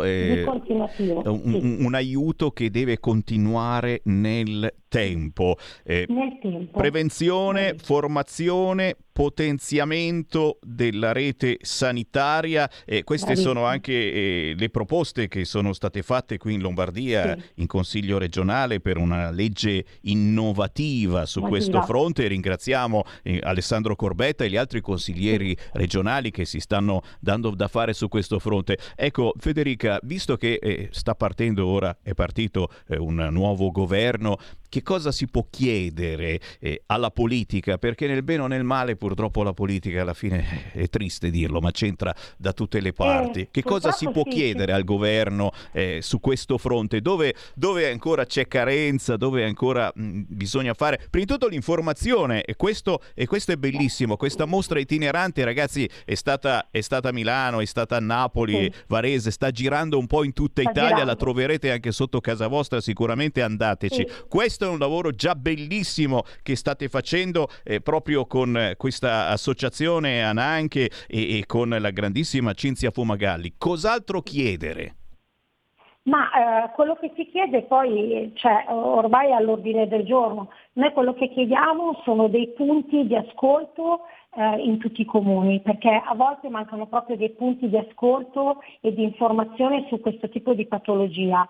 un aiuto che deve continuare nel tempo. Prevenzione, formazione, potenziamento della rete sanitaria, queste sono anche le proposte che sono state fatte qui in Lombardia in Consiglio regionale per una legge innovativa su questo fronte. Ringraziamo Alessandro Corbetta e gli altri consiglieri regionali che si stanno dando da fare su questo fronte. Ecco, Federica, visto che sta partendo ora, è partito un nuovo governo, che cosa si può chiedere alla politica? Perché nel bene o nel male purtroppo la politica alla fine, è triste dirlo, ma c'entra da tutte le parti. Che cosa si può chiedere al governo su questo fronte? Dove ancora c'è carenza, dove ancora bisogna fare prima di tutto l'informazione, e questo è bellissimo. Questa mostra itinerante, ragazzi, è stata a Milano, è stata a Napoli, Varese, sta girando un po' in tutta Italia, la troverete anche sotto casa vostra, sicuramente andateci. Questo è un lavoro già bellissimo che state facendo proprio con questa associazione Ananche e con la grandissima Cinzia Fumagalli. Cos'altro chiedere? Ma quello che si chiede poi, cioè, ormai è all'ordine del giorno. Noi quello che chiediamo sono dei punti di ascolto in tutti i comuni, perché a volte mancano proprio dei punti di ascolto e di informazione su questo tipo di patologia.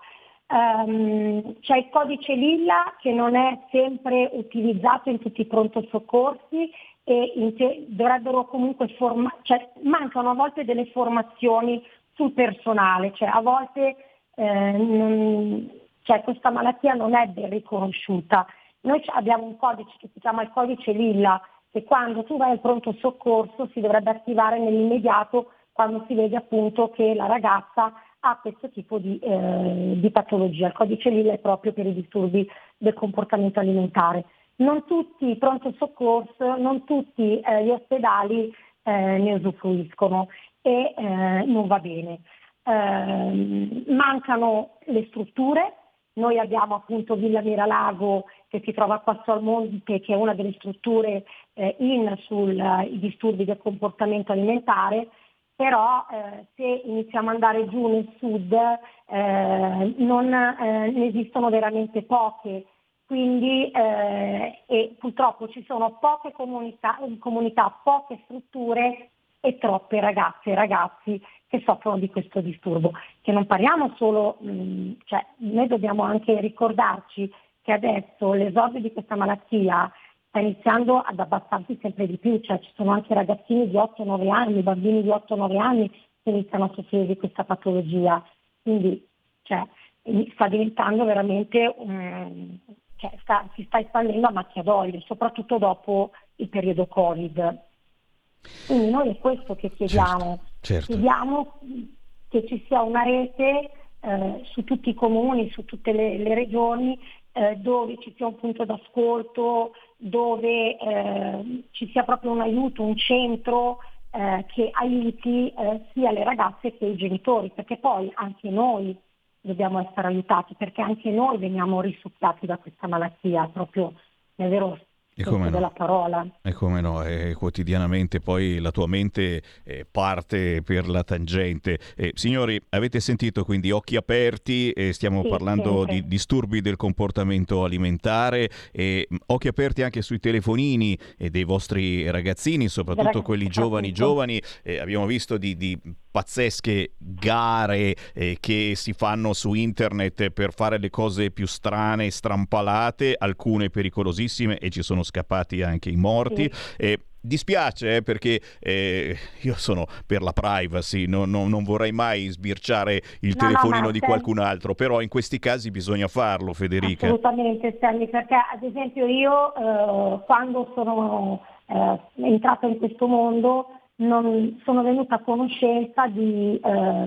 C'è il codice Lilla che non è sempre utilizzato in tutti i pronto soccorsi e dovrebbero comunque mancano a volte delle formazioni sul personale, cioè a volte questa malattia non è ben riconosciuta. Noi abbiamo un codice che si chiama il codice Lilla, che quando tu vai al pronto soccorso si dovrebbe attivare nell'immediato quando si vede appunto che la ragazza ha questo tipo di patologia. Il codice Lilla è proprio per i disturbi del comportamento alimentare. Non tutti i pronto soccorso, non tutti gli ospedali ne usufruiscono e non va bene. Mancano le strutture. Noi abbiamo appunto Villa Miralago che si trova qua al Monte, che è una delle strutture sui disturbi del comportamento alimentare. Però se iniziamo ad andare giù nel sud ne esistono veramente poche, quindi e purtroppo ci sono poche comunità, poche strutture e troppe ragazze e ragazzi che soffrono di questo disturbo. Che non parliamo solo, noi dobbiamo anche ricordarci che adesso l'esordio di questa malattia sta iniziando ad abbassarsi sempre di più, cioè ci sono anche ragazzini di 8-9 anni, bambini di 8-9 anni che iniziano a soffrire di questa patologia, quindi sta diventando veramente, si sta espandendo a macchia d'olio, soprattutto dopo il periodo Covid. Quindi noi è questo che chiediamo, chiediamo che ci sia una rete su tutti i comuni, su tutte le regioni, dove ci sia un punto d'ascolto, dove ci sia proprio un aiuto, un centro che aiuti sia le ragazze che i genitori, perché poi anche noi dobbiamo essere aiutati, perché anche noi veniamo risucchiati da questa malattia, proprio nel vero senso della parola. E come no, quotidianamente poi la tua mente parte per la tangente. Signori, avete sentito, quindi occhi aperti, stiamo parlando di disturbi del comportamento alimentare, occhi aperti anche sui telefonini dei vostri ragazzini, soprattutto quelli giovani. Abbiamo visto di pazzesche gare che si fanno su internet per fare le cose più strane, strampalate, alcune pericolosissime, e ci sono scappati anche i morti. Dispiace perché io sono per la privacy, non vorrei mai sbirciare il telefonino di qualcun altro, però in questi casi bisogna farlo, Federica. Assolutamente, Stanley, perché ad esempio io quando sono entrata in questo mondo, sono venuta a conoscenza di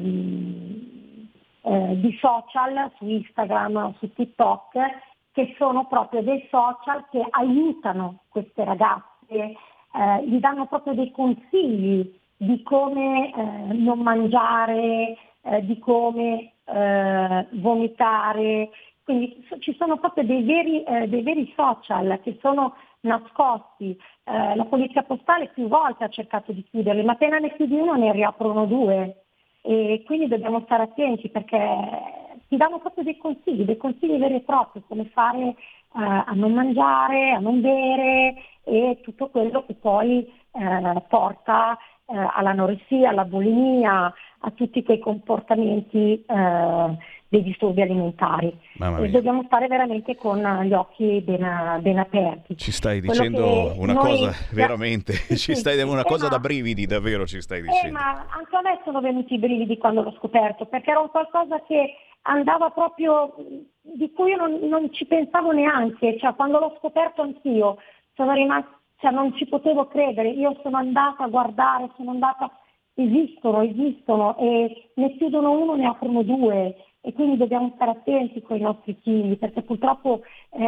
social su Instagram, su TikTok, che sono proprio dei social che aiutano queste ragazze, gli danno proprio dei consigli di come non mangiare, di come vomitare. Quindi ci sono proprio dei veri social che sono nascosti. La polizia postale più volte ha cercato di chiuderli, ma appena ne chiudi uno ne riaprono due, e quindi dobbiamo stare attenti, perché ti danno proprio dei consigli veri e propri, come fare a non mangiare, a non bere, e tutto quello che poi porta all'anoressia, alla bulimia, a tutti quei comportamenti dei disturbi alimentari. E dobbiamo stare veramente con gli occhi ben aperti. Ci stai dicendo una cosa veramente, ci stai una cosa da brividi, davvero ci stai dicendo. Ma anche a me sono venuti i brividi quando l'ho scoperto, perché era un qualcosa che andava proprio, di cui io non ci pensavo neanche, cioè quando l'ho scoperto anch'io sono rimasta, cioè non ci potevo credere, io sono andata a guardare, esistono, e ne chiudono uno, ne aprono due, e quindi dobbiamo stare attenti con i nostri figli, perché purtroppo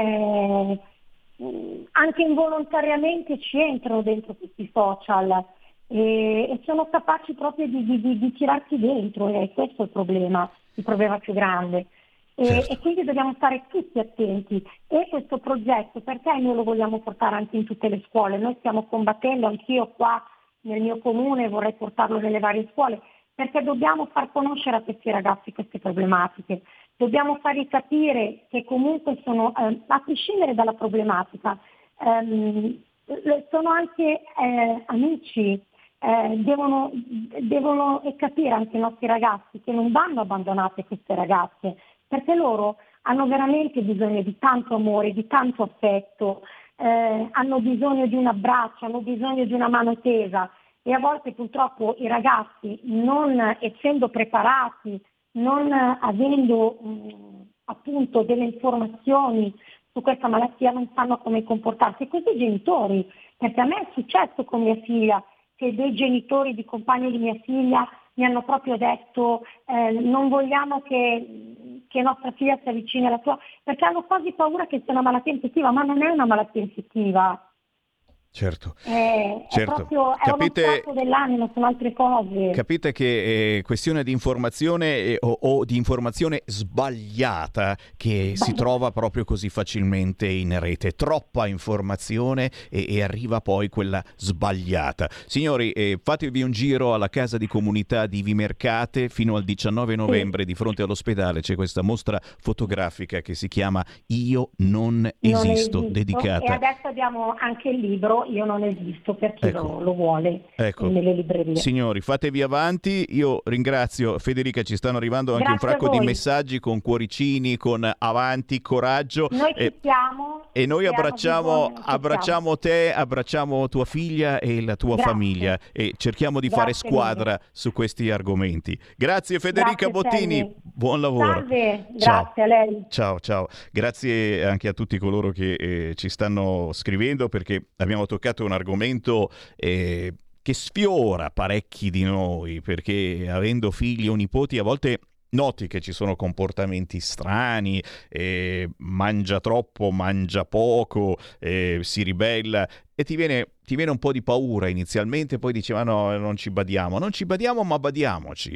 anche involontariamente ci entrano dentro questi social e sono capaci proprio di tirarci dentro, e questo è il problema più grande. E quindi dobbiamo stare tutti attenti, e questo progetto, perché noi lo vogliamo portare anche in tutte le scuole? Noi stiamo combattendo, anch'io qua nel mio comune vorrei portarlo nelle varie scuole, perché dobbiamo far conoscere a questi ragazzi queste problematiche, dobbiamo fargli capire che comunque sono, a prescindere dalla problematica, sono anche amici, devono capire anche i nostri ragazzi che non vanno abbandonate queste ragazze, perché loro hanno veramente bisogno di tanto amore, di tanto affetto, hanno bisogno di un abbraccio, hanno bisogno di una mano tesa, e a volte purtroppo i ragazzi, non essendo preparati, non avendo appunto delle informazioni su questa malattia, non sanno come comportarsi. E così i genitori, perché a me è successo con mia figlia, che dei genitori di compagni di mia figlia mi hanno proprio detto non vogliamo che nostra figlia si avvicini alla tua, perché hanno quasi paura che sia una malattia infettiva, ma non è una malattia infettiva. Certo. È proprio uno stato dell'anima, sono altre cose. Capite che è questione di informazione o di informazione sbagliata che si trova proprio così facilmente in rete. Troppa informazione e arriva poi quella sbagliata. Signori, fatevi un giro alla casa di comunità di Vimercate fino al 19 novembre. Di fronte all'ospedale c'è questa mostra fotografica che si chiama Io non esisto, dedicata. E adesso abbiamo anche il libro Io non esisto, per chi lo vuole, nelle librerie. Signori, fatevi avanti. Io ringrazio Federica, ci stanno arrivando anche un fracco di messaggi con cuoricini, con avanti, coraggio. Noi ci siamo. E noi abbracciamo te, abbracciamo tua figlia e la tua famiglia, e cerchiamo di fare squadra su questi argomenti. Grazie Federica Bottini, buon lavoro. Salve, grazie a lei. Ciao. Grazie anche a tutti coloro che ci stanno scrivendo, perché abbiamo toccato un argomento che sfiora parecchi di noi, perché avendo figli o nipoti a volte noti che ci sono comportamenti strani, mangia troppo, mangia poco, si ribella, e ti viene un po' di paura inizialmente, poi dici ma no, non ci badiamo ma badiamoci,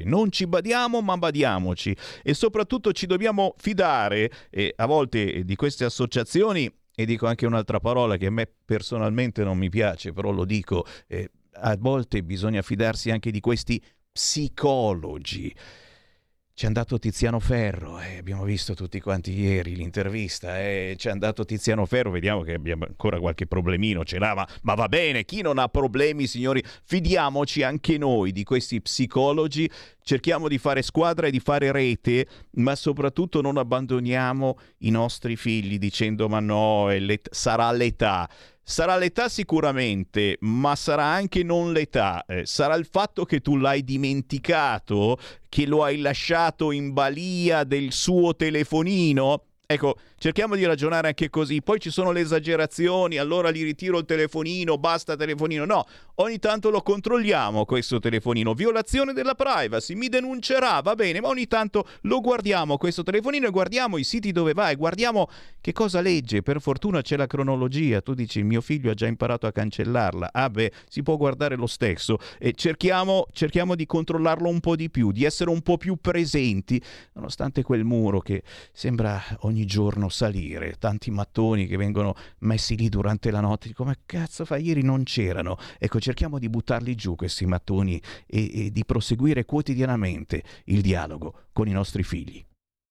e soprattutto ci dobbiamo fidare a volte di queste associazioni. E dico anche un'altra parola che a me personalmente non mi piace, però lo dico, a volte bisogna fidarsi anche di questi psicologi. C'è andato Tiziano Ferro, abbiamo visto tutti quanti ieri l'intervista, c'è andato Tiziano Ferro, vediamo che abbiamo ancora qualche problemino, ce l'ha, ma va bene, chi non ha problemi, signori, fidiamoci anche noi di questi psicologi, cerchiamo di fare squadra e di fare rete, ma soprattutto non abbandoniamo i nostri figli dicendo ma no, sarà l'età. Sarà l'età sicuramente, ma sarà anche non l'età. Sarà il fatto che tu l'hai dimenticato, che lo hai lasciato in balia del suo telefonino. Ecco, cerchiamo di ragionare anche così. Poi ci sono le esagerazioni, allora gli ritiro il telefonino, basta telefonino. No, ogni tanto lo controlliamo questo telefonino. Violazione della privacy, mi denuncerà, va bene, ma ogni tanto lo guardiamo questo telefonino e guardiamo i siti dove va e guardiamo che cosa legge. Per fortuna c'è la cronologia. Tu dici, mio figlio ha già imparato a cancellarla. Ah beh, si può guardare lo stesso. E cerchiamo di controllarlo un po' di più, di essere un po' più presenti, nonostante quel muro che sembra ogni giorno salire, tanti mattoni che vengono messi lì durante la notte. Come cazzo fa? Ieri non c'erano. Ecco, cerchiamo di buttarli giù questi mattoni e di proseguire quotidianamente il dialogo con i nostri figli.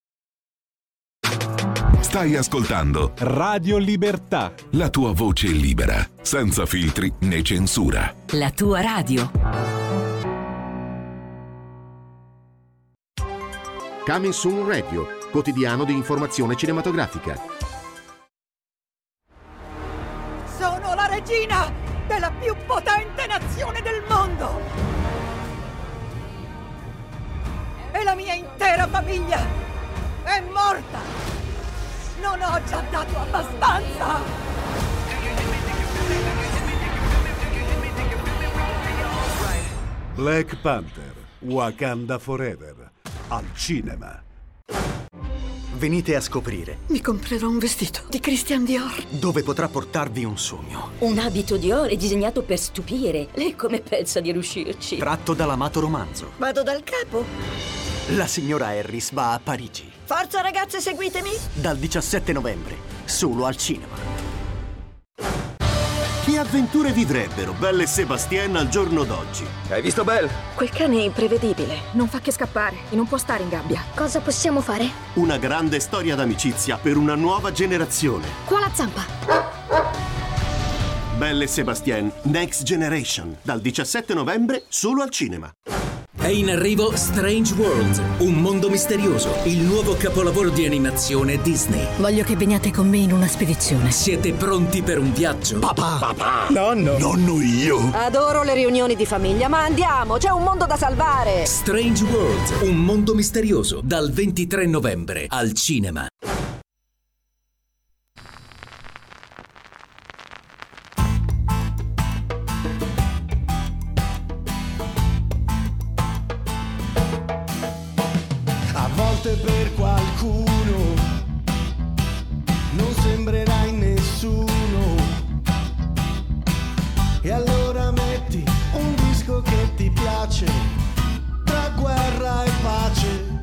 Stai ascoltando Radio Libertà, la tua voce libera, senza filtri né censura. La tua radio. Coming Soon Radio, quotidiano di informazione cinematografica. Sono la regina della più potente nazione del mondo! E la mia intera famiglia è morta! Non ho già dato abbastanza! Black Panther, Wakanda Forever, al cinema. Venite a scoprire. Mi comprerò un vestito di Christian Dior. Dove potrà portarvi un sogno. Un abito Dior è disegnato per stupire. Lei come pensa di riuscirci? Tratto dall'amato romanzo. Vado dal capo. La signora Harris va a Parigi. Forza ragazze, seguitemi! Dal 17 novembre, solo al cinema. Che avventure vivrebbero Belle e Sébastien al giorno d'oggi? Hai visto Belle? Quel cane è imprevedibile, non fa che scappare e non può stare in gabbia. Cosa possiamo fare? Una grande storia d'amicizia per una nuova generazione. Qua la zampa! Belle e Sébastien Next Generation, dal 17 novembre solo al cinema. È in arrivo Strange World, un mondo misterioso, il nuovo capolavoro di animazione Disney. Voglio che veniate con me in una spedizione. Siete pronti per un viaggio? Papà! Nonno! Nonno io! Adoro le riunioni di famiglia, ma andiamo, c'è un mondo da salvare! Strange World, un mondo misterioso, dal 23 novembre al cinema. Per qualcuno non sembrerai nessuno, e allora metti un disco che ti piace tra guerra e pace.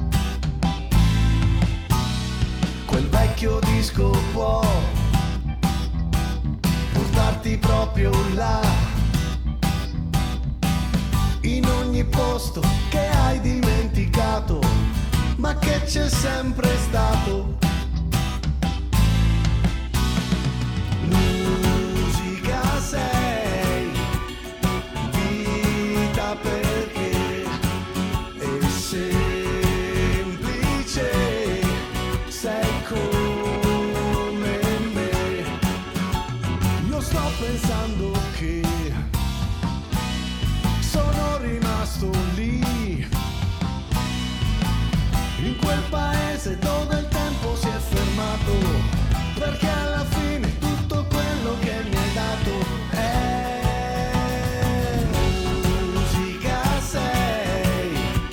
Quel vecchio disco può portarti proprio là, in ogni posto che hai dimenticato ma che c'è sempre stato. Musica sei, vita perché è semplice, sei come me. Io sto pensando che sono rimasto lì, in quel paese dove il tempo si è fermato, perché alla fine tutto quello che mi hai dato è musica sei,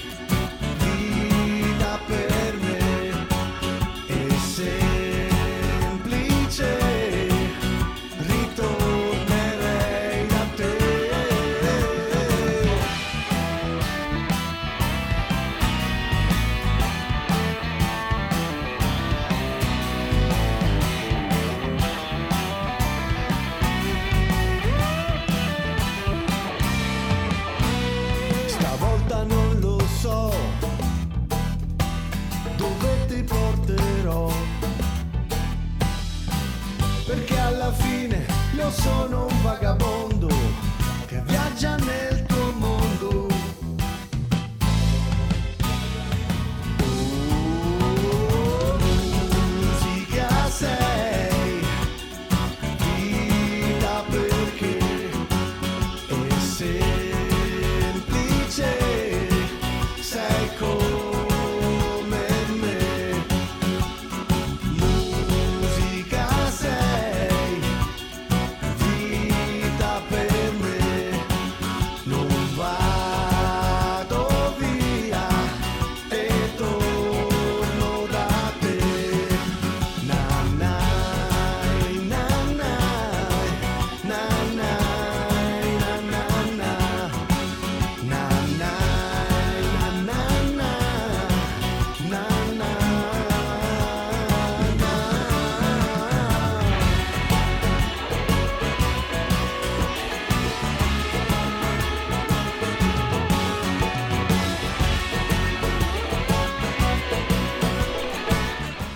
vita per me è semplice, ritornerei da te. Non lo so dove ti porterò, perché alla fine io sono un vagabondo che viaggia nel tuo mondo. Musica sei, vita perché è semplice, sei come me.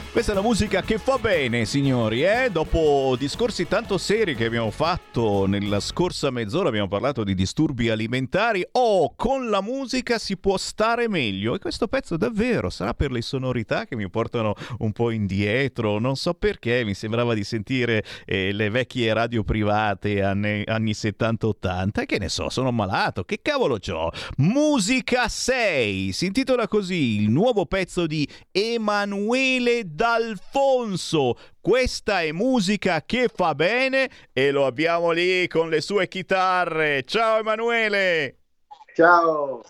Questa è la musica che fa bene, signori, Dopo discorsi tanto seri che abbiamo fatto nella scorsa mezz'ora, abbiamo parlato di disturbi alimentari. Con la musica si può stare meglio. E questo pezzo davvero sarà per le sonorità che mi portano un po' indietro. Non so perché, mi sembrava di sentire le vecchie radio private anni 70-80. E che ne so, sono malato. Che cavolo c'ho? Musica 6, si intitola così il nuovo pezzo di Emanuele D'Alfonso. Questa è musica che fa bene e lo abbiamo lì con le sue chitarre. Ciao Emanuele! Ciao!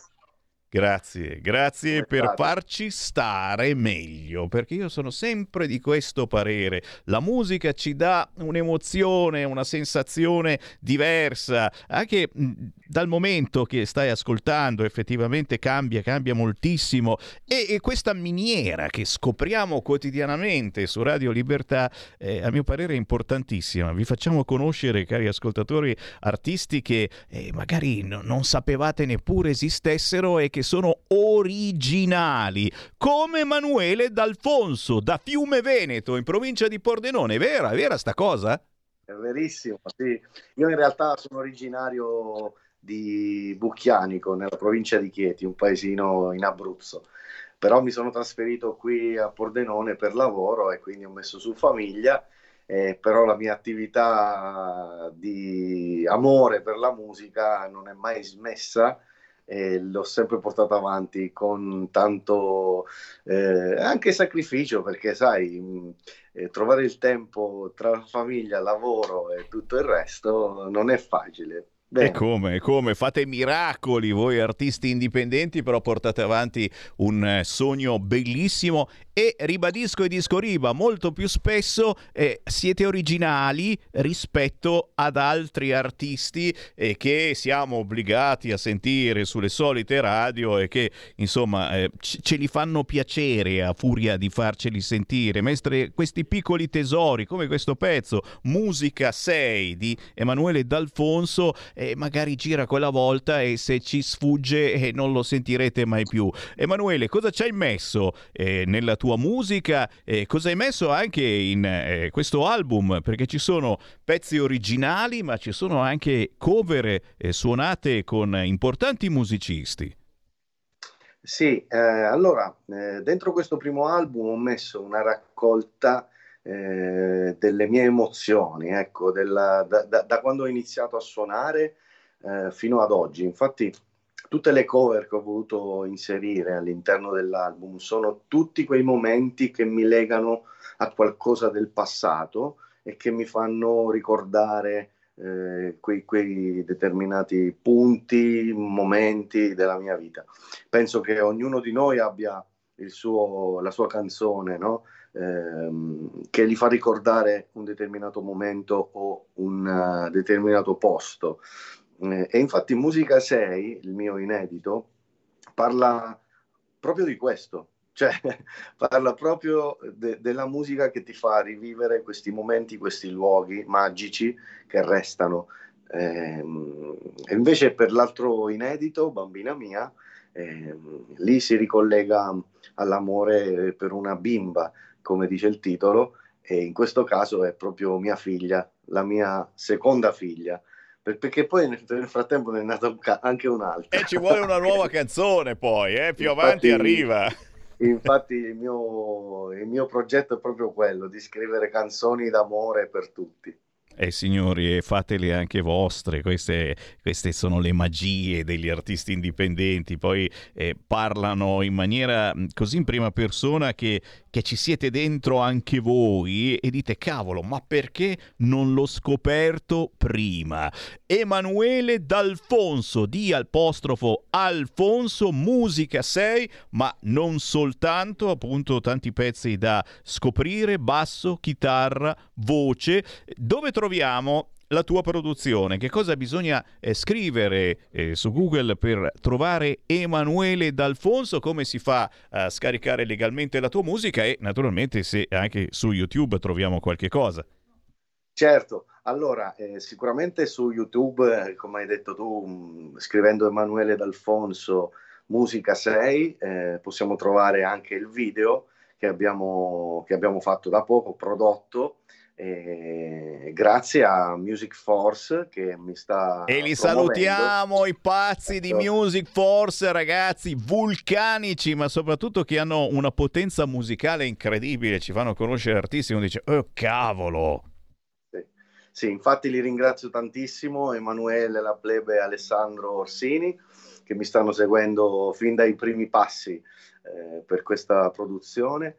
Grazie per farci stare meglio, perché io sono sempre di questo parere. La musica ci dà un'emozione, una sensazione diversa, anche dal momento che stai ascoltando effettivamente cambia moltissimo e questa miniera che scopriamo quotidianamente su Radio Libertà a mio parere è importantissima. Vi facciamo conoscere, cari ascoltatori, artisti che magari non sapevate neppure esistessero e che sono originali, come Emanuele D'Alfonso da Fiume Veneto in provincia di Pordenone. È vera sta cosa? È verissimo, sì. Io in realtà sono originario di Bucchianico, nella provincia di Chieti, un paesino in Abruzzo, però mi sono trasferito qui a Pordenone per lavoro e quindi ho messo su famiglia, però la mia attività di amore per la musica non è mai smessa e l'ho sempre portata avanti con tanto anche sacrificio, perché sai, trovare il tempo tra famiglia, lavoro e tutto il resto non è facile. E come fate miracoli voi artisti indipendenti, però portate avanti un sogno bellissimo e ribadisco e discoriba molto più spesso siete originali rispetto ad altri artisti che siamo obbligati a sentire sulle solite radio e che insomma ce li fanno piacere a furia di farceli sentire, mentre questi piccoli tesori come questo pezzo Musica 6 di Emanuele D'Alfonso magari gira quella volta e se ci sfugge non lo sentirete mai più. Emanuele, cosa ci hai messo nella tua musica? Cosa hai messo anche in questo album? Perché ci sono pezzi originali, ma ci sono anche cover suonate con importanti musicisti. Sì, allora, dentro questo primo album ho messo una raccolta delle mie emozioni, ecco, da quando ho iniziato a suonare fino ad oggi. Infatti tutte le cover che ho voluto inserire all'interno dell'album sono tutti quei momenti che mi legano a qualcosa del passato e che mi fanno ricordare quei determinati punti, momenti della mia vita. Penso che ognuno di noi abbia la sua canzone, no? Che gli fa ricordare un determinato momento o un determinato posto. E infatti Musica 6, il mio inedito, parla proprio di questo, cioè parla proprio della musica che ti fa rivivere questi momenti, questi luoghi magici che restano. E invece per l'altro inedito, Bambina mia, lì si ricollega all'amore per una bimba, come dice il titolo, e in questo caso è proprio mia figlia, la mia seconda figlia, perché poi nel frattempo ne è nata anche un'altra. E ci vuole una nuova canzone poi, più avanti arriva. Infatti il mio progetto è proprio quello, di scrivere canzoni d'amore per tutti. Signori, fatele anche vostre, queste sono le magie degli artisti indipendenti, poi parlano in maniera così in prima persona che ci siete dentro anche voi e dite cavolo, ma perché non l'ho scoperto prima? Emanuele D'Alfonso, Alfonso, Musica 6, ma non soltanto, appunto tanti pezzi da scoprire, basso, chitarra, voce. Dove troviamo la tua produzione? Che cosa bisogna scrivere su Google per trovare Emanuele D'Alfonso? Come si fa a scaricare legalmente la tua musica? E naturalmente se anche su YouTube troviamo qualche cosa. Certo, allora sicuramente su YouTube, come hai detto tu, scrivendo Emanuele D'Alfonso Musica 6, possiamo trovare anche il video che abbiamo fatto da poco, prodotto, grazie a Music Force che mi sta e li promuovendo. salutiamo, i pazzi di Music Force, ragazzi vulcanici, ma soprattutto che hanno una potenza musicale incredibile, ci fanno conoscere artisti, uno dice oh cavolo. Sì, infatti li ringrazio tantissimo, Emanuele La Plebe e Alessandro Orsini, che mi stanno seguendo fin dai primi passi per questa produzione.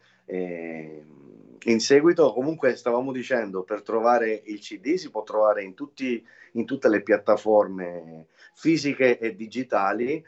In seguito, comunque, stavamo dicendo, per trovare il CD si può trovare in tutte le piattaforme fisiche e digitali,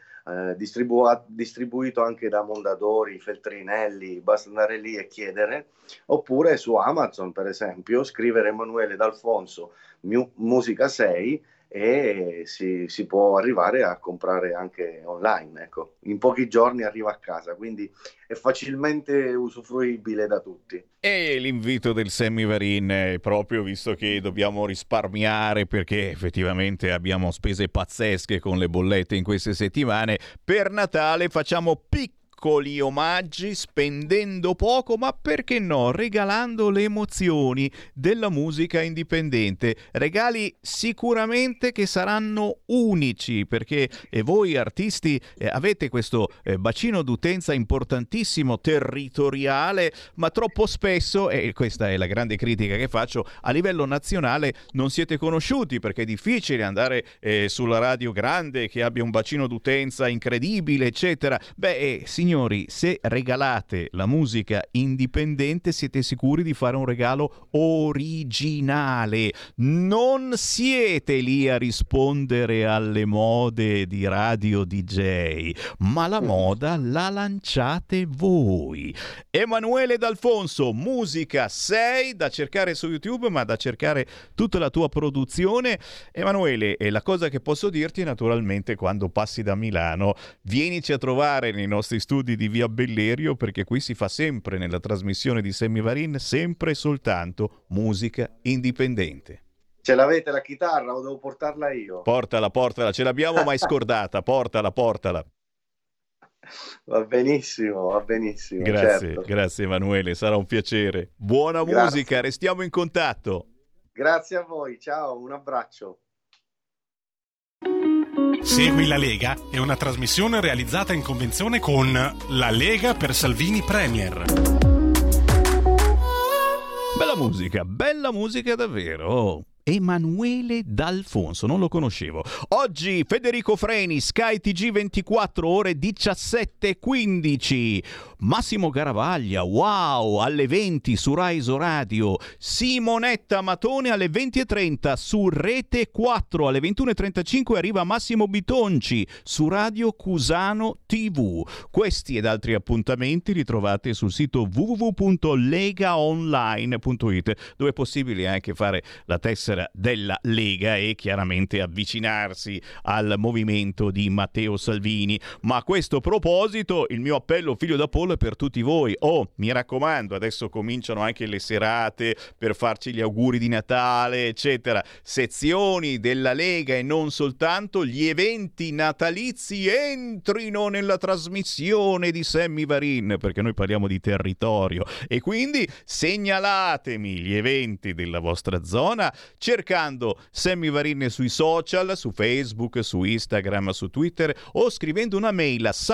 distribuito anche da Mondadori, Feltrinelli, basta andare lì e chiedere, oppure su Amazon, per esempio, scrivere Emanuele D'Alfonso Musica 6 e si può arrivare a comprare anche online, ecco. In pochi giorni arriva a casa, quindi è facilmente usufruibile da tutti. E l'invito del Sammy Varin è proprio, visto che dobbiamo risparmiare perché effettivamente abbiamo spese pazzesche con le bollette in queste settimane, per Natale facciamo piccoli omaggi spendendo poco, ma perché no, regalando le emozioni della musica indipendente, regali sicuramente che saranno unici, perché voi artisti avete questo bacino d'utenza importantissimo, territoriale, ma troppo spesso, e questa è la grande critica che faccio, a livello nazionale non siete conosciuti, perché è difficile andare sulla radio grande che abbia un bacino d'utenza incredibile, eccetera. Signori, se regalate la musica indipendente siete sicuri di fare un regalo originale. Non siete lì a rispondere alle mode di radio DJ, ma la moda la lanciate voi. Emanuele D'Alfonso, Musica 6, da cercare su YouTube, ma da cercare tutta la tua produzione. Emanuele, e la cosa che posso dirti, naturalmente, quando passi da Milano, vienici a trovare nei nostri studi di Via Bellerio, perché qui si fa sempre, nella trasmissione di Sammy Varin, sempre e soltanto musica indipendente. Ce l'avete la chitarra o devo portarla io? Portala, ce l'abbiamo mai scordata, portala. Va benissimo. Grazie, certo. Grazie Emanuele, sarà un piacere. Buona musica, restiamo in contatto. Grazie a voi, ciao, un abbraccio. Segui la Lega è una trasmissione realizzata in convenzione con La Lega per Salvini Premier. Bella musica davvero. Emanuele D'Alfonso, non lo conoscevo. Oggi Federico Freni, Sky TG24, ore 17:15. Massimo Garavaglia, wow, alle 20 su Rai Radio. Simonetta Matone alle 20:30 su Rete 4. Alle 21:35 arriva Massimo Bitonci su Radio Cusano TV. Questi ed altri appuntamenti li trovate sul sito www.legaonline.it, dove è possibile anche fare la tessera della Lega e chiaramente avvicinarsi al movimento di Matteo Salvini. Ma a questo proposito il mio appello figlio da pollo è per tutti voi. Mi raccomando, adesso cominciano anche le serate per farci gli auguri di Natale, eccetera. Sezioni della Lega e non soltanto, gli eventi natalizi entrino nella trasmissione di Sammy Varin, perché noi parliamo di territorio, e quindi segnalatemi gli eventi della vostra zona cercando Sammy Varin sui social, su Facebook, su Instagram, su Twitter, o scrivendo una mail a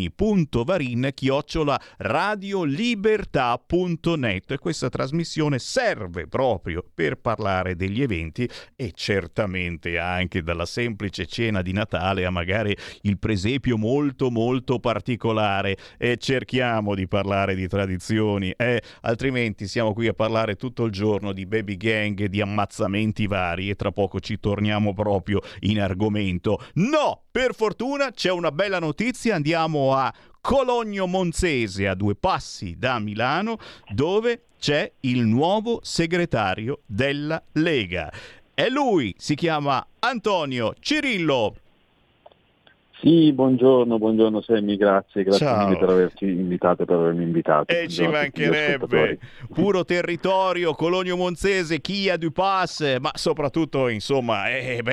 sammy.varin@radiolibertà.net. Questa trasmissione serve proprio per parlare degli eventi e certamente anche dalla semplice cena di Natale a magari il presepio molto molto particolare, e cerchiamo di parlare di tradizioni, altrimenti siamo qui a parlare tutto il giorno di baby gang, di ammazzamenti vari, e tra poco ci torniamo proprio in argomento. No, per fortuna c'è una bella notizia, andiamo a Cologno Monzese, a 2 passi da Milano, dove c'è il nuovo segretario della Lega. E lui si chiama Antonio Cirillo. Sì, buongiorno Sammy, grazie Ciao. mille per averci invitato e per avermi invitato. E ci mancherebbe. Puro territorio, Cologno Monzese, Chia du Pass, ma soprattutto insomma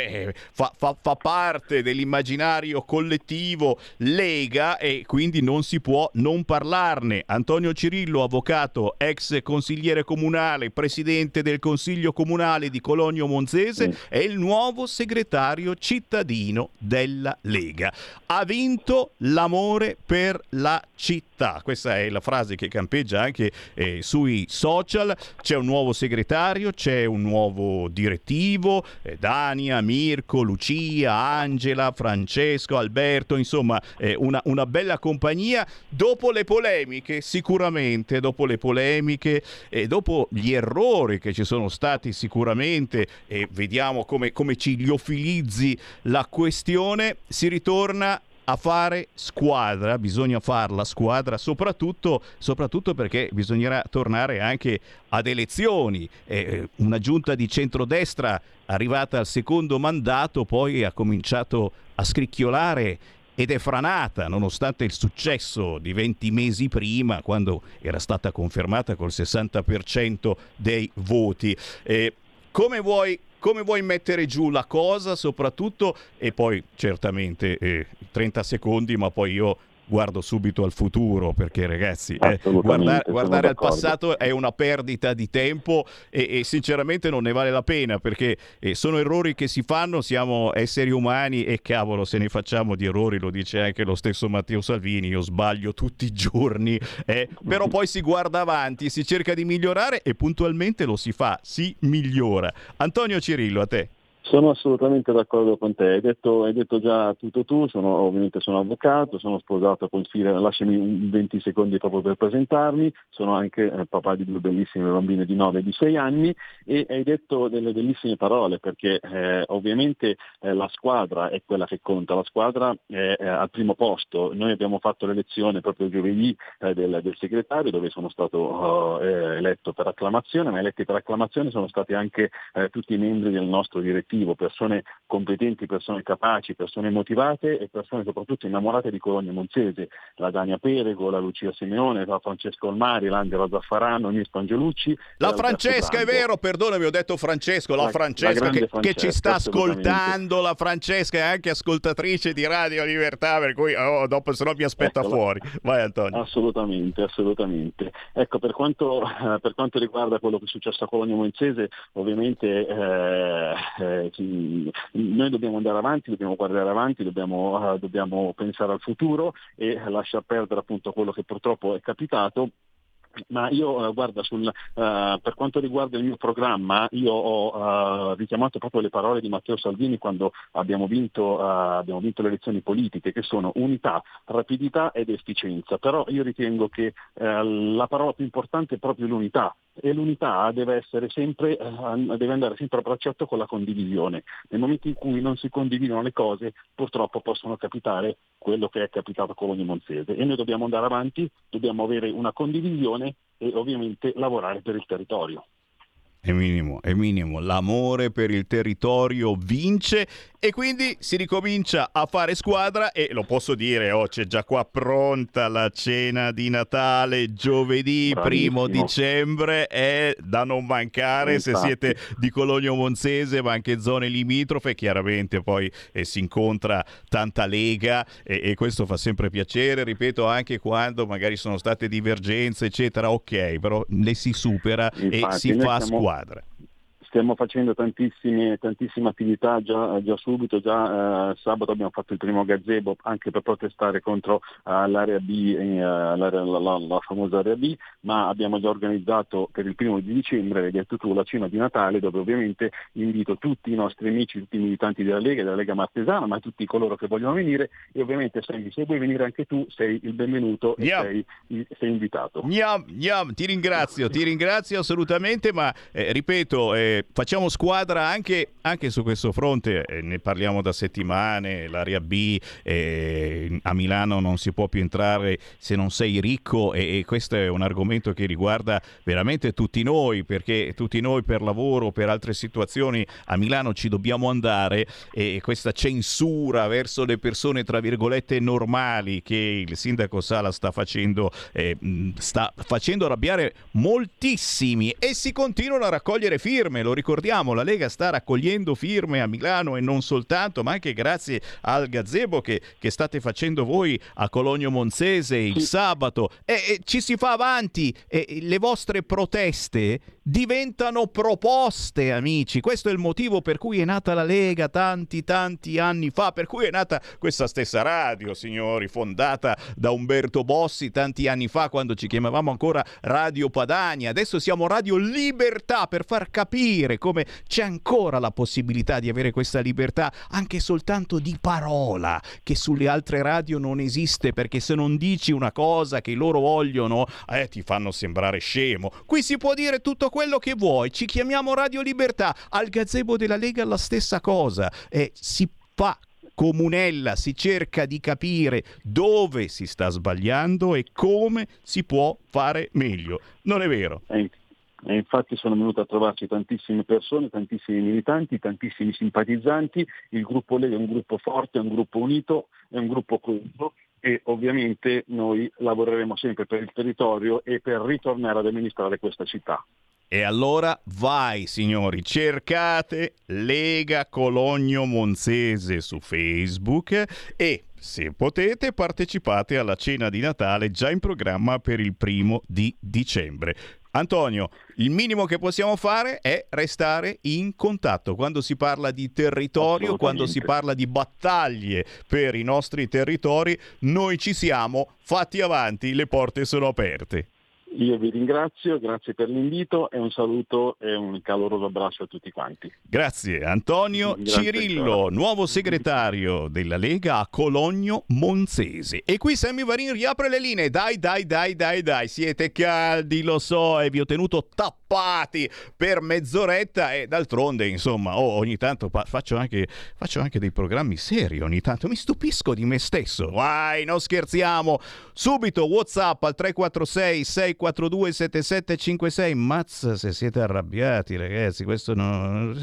fa parte dell'immaginario collettivo Lega e quindi non si può non parlarne. Antonio Cirillo, avvocato, ex consigliere comunale, presidente del Consiglio Comunale di Cologno Monzese, è il nuovo segretario cittadino della Lega. Ha vinto l'amore per la città. Questa è la frase che campeggia anche sui social. C'è un nuovo segretario, c'è un nuovo direttivo, Dania, Mirko, Lucia, Angela, Francesco, Alberto, insomma una bella compagnia. Dopo le polemiche, sicuramente, dopo le polemiche e dopo gli errori che ci sono stati sicuramente, e vediamo come ci liofilizzi la questione, si ritorna a fare squadra, bisogna farla squadra, soprattutto perché bisognerà tornare anche ad elezioni. Una giunta di centrodestra arrivata al secondo mandato poi ha cominciato a scricchiolare ed è franata nonostante il successo di 20 mesi prima, quando era stata confermata col 60% dei voti. Come vuoi mettere giù la cosa, soprattutto, e poi certamente 30 secondi, ma poi io guardo subito al futuro, perché ragazzi guardare al passato è una perdita di tempo e sinceramente non ne vale la pena, perché sono errori che si fanno, siamo esseri umani e cavolo, se ne facciamo di errori, lo dice anche lo stesso Matteo Salvini, io sbaglio tutti i giorni, però poi si guarda avanti, si cerca di migliorare e puntualmente lo si fa, si migliora. Antonio Cirillo, a te. Sono assolutamente d'accordo con te, hai detto già tutto tu, ovviamente sono avvocato, sono sposato con figlia, lasciami 20 secondi proprio per presentarmi, sono anche papà di due bellissime bambine di 9 e di 6 anni e hai detto delle bellissime parole, perché ovviamente la squadra è quella che conta, la squadra è al primo posto. Noi abbiamo fatto l'elezione proprio giovedì del segretario, dove sono stato eletto per acclamazione, ma eletti per acclamazione sono stati anche tutti i membri del nostro direttivo, persone competenti, persone capaci, persone motivate e persone soprattutto innamorate di Cologno Monzese, la Dania Perego, la Lucia Simeone, la Francesca Olmari, l'Angela Zaffarano, Mirko Angelucci. La Francesca, è vero, perdonami, ho detto Francesco, la Francesca che ci sta ascoltando, la Francesca è anche ascoltatrice di Radio Libertà, per cui dopo se no mi aspetta fuori. Vai Antonio. Assolutamente. Ecco, per quanto riguarda quello che è successo a Cologno Monzese, ovviamente noi dobbiamo andare avanti, dobbiamo guardare avanti, dobbiamo pensare al futuro e lasciar perdere appunto quello che purtroppo è capitato. Ma io guarda, per quanto riguarda il mio programma, io ho richiamato proprio le parole di Matteo Salvini quando abbiamo vinto le elezioni politiche, che sono unità, rapidità ed efficienza. Però io ritengo che la parola più importante è proprio l'unità, e l'unità deve andare sempre a braccetto con la condivisione. Nel momento in cui non si condividono le cose, purtroppo possono capitare quello che è capitato a Cologno Monzese, e noi dobbiamo andare avanti, dobbiamo avere una condivisione e ovviamente lavorare per il territorio. È minimo, l'amore per il territorio vince e quindi si ricomincia a fare squadra e lo posso dire, c'è già qua pronta la cena di Natale giovedì. Bravissimo. 1 dicembre, è da non mancare. Infatti. Se siete di Cologno Monzese ma anche zone limitrofe, chiaramente poi si incontra tanta Lega e questo fa sempre piacere, ripeto, anche quando magari sono state divergenze eccetera, ok, però le si supera. Infatti, e si fa squadra. Stiamo facendo tantissime attività già subito, sabato abbiamo fatto il primo gazebo anche per protestare contro l'area B, la famosa area B, ma abbiamo già organizzato per il 1 dicembre, l'hai detto tu, la cena di Natale, dove ovviamente invito tutti i nostri amici, tutti i militanti della Lega Martesana, ma tutti coloro che vogliono venire, e ovviamente se vuoi venire anche tu sei il benvenuto e sei invitato. Ti ringrazio assolutamente, ma ripeto, facciamo squadra anche su questo fronte, ne parliamo da settimane, l'area B, a Milano non si può più entrare se non sei ricco, e questo è un argomento che riguarda veramente tutti noi, perché tutti noi per lavoro, per altre situazioni a Milano ci dobbiamo andare, e questa censura verso le persone tra virgolette normali che il sindaco Sala sta facendo arrabbiare moltissimi, e si continuano a raccogliere firme, lo ricordiamo, la Lega sta raccogliendo firme a Milano e non soltanto, ma anche grazie al gazebo che state facendo voi a Cologno Monzese il sabato, e ci si fa avanti, e le vostre proteste diventano proposte, amici. Questo è il motivo per cui è nata la Lega tanti anni fa, per cui è nata questa stessa radio, signori, fondata da Umberto Bossi tanti anni fa, quando ci chiamavamo ancora Radio Padania. Adesso siamo Radio Libertà, per far capire come c'è ancora la possibilità di avere questa libertà anche soltanto di parola, che sulle altre radio non esiste, perché se non dici una cosa che loro vogliono ti fanno sembrare scemo. Qui si può dire tutto quello che vuoi, ci chiamiamo Radio Libertà. Al gazebo della Lega la stessa cosa, si fa comunella, si cerca di capire dove si sta sbagliando e come si può fare meglio. Non è vero? E infatti sono venute a trovarci tantissime persone, tantissimi militanti, tantissimi simpatizzanti. Il gruppo Lega è un gruppo forte, è un gruppo unito, è un gruppo coeso, e ovviamente noi lavoreremo sempre per il territorio e per ritornare ad amministrare questa città. E allora vai, signori, cercate Lega Cologno Monzese su Facebook e, se potete, partecipate alla cena di Natale già in programma per il 1° di dicembre. Antonio, il minimo che possiamo fare è restare in contatto quando si parla di territorio, quando si parla di battaglie per i nostri territori. Noi ci siamo, fatti avanti, le porte sono aperte. Io vi ringrazio, grazie per l'invito, e un saluto e un caloroso abbraccio a tutti quanti. Grazie. Antonio Cirillo, nuovo segretario della Lega a Cologno Monzese. E qui Sammy Varin riapre le linee. Dai, siete caldi, lo so, e vi ho tenuto tappati per mezz'oretta, e d'altronde, insomma, ogni tanto faccio anche dei programmi seri, ogni tanto mi stupisco di me stesso. Vai, non scherziamo. Subito WhatsApp al 346 642 7756. Mazza se siete arrabbiati, ragazzi, questo no,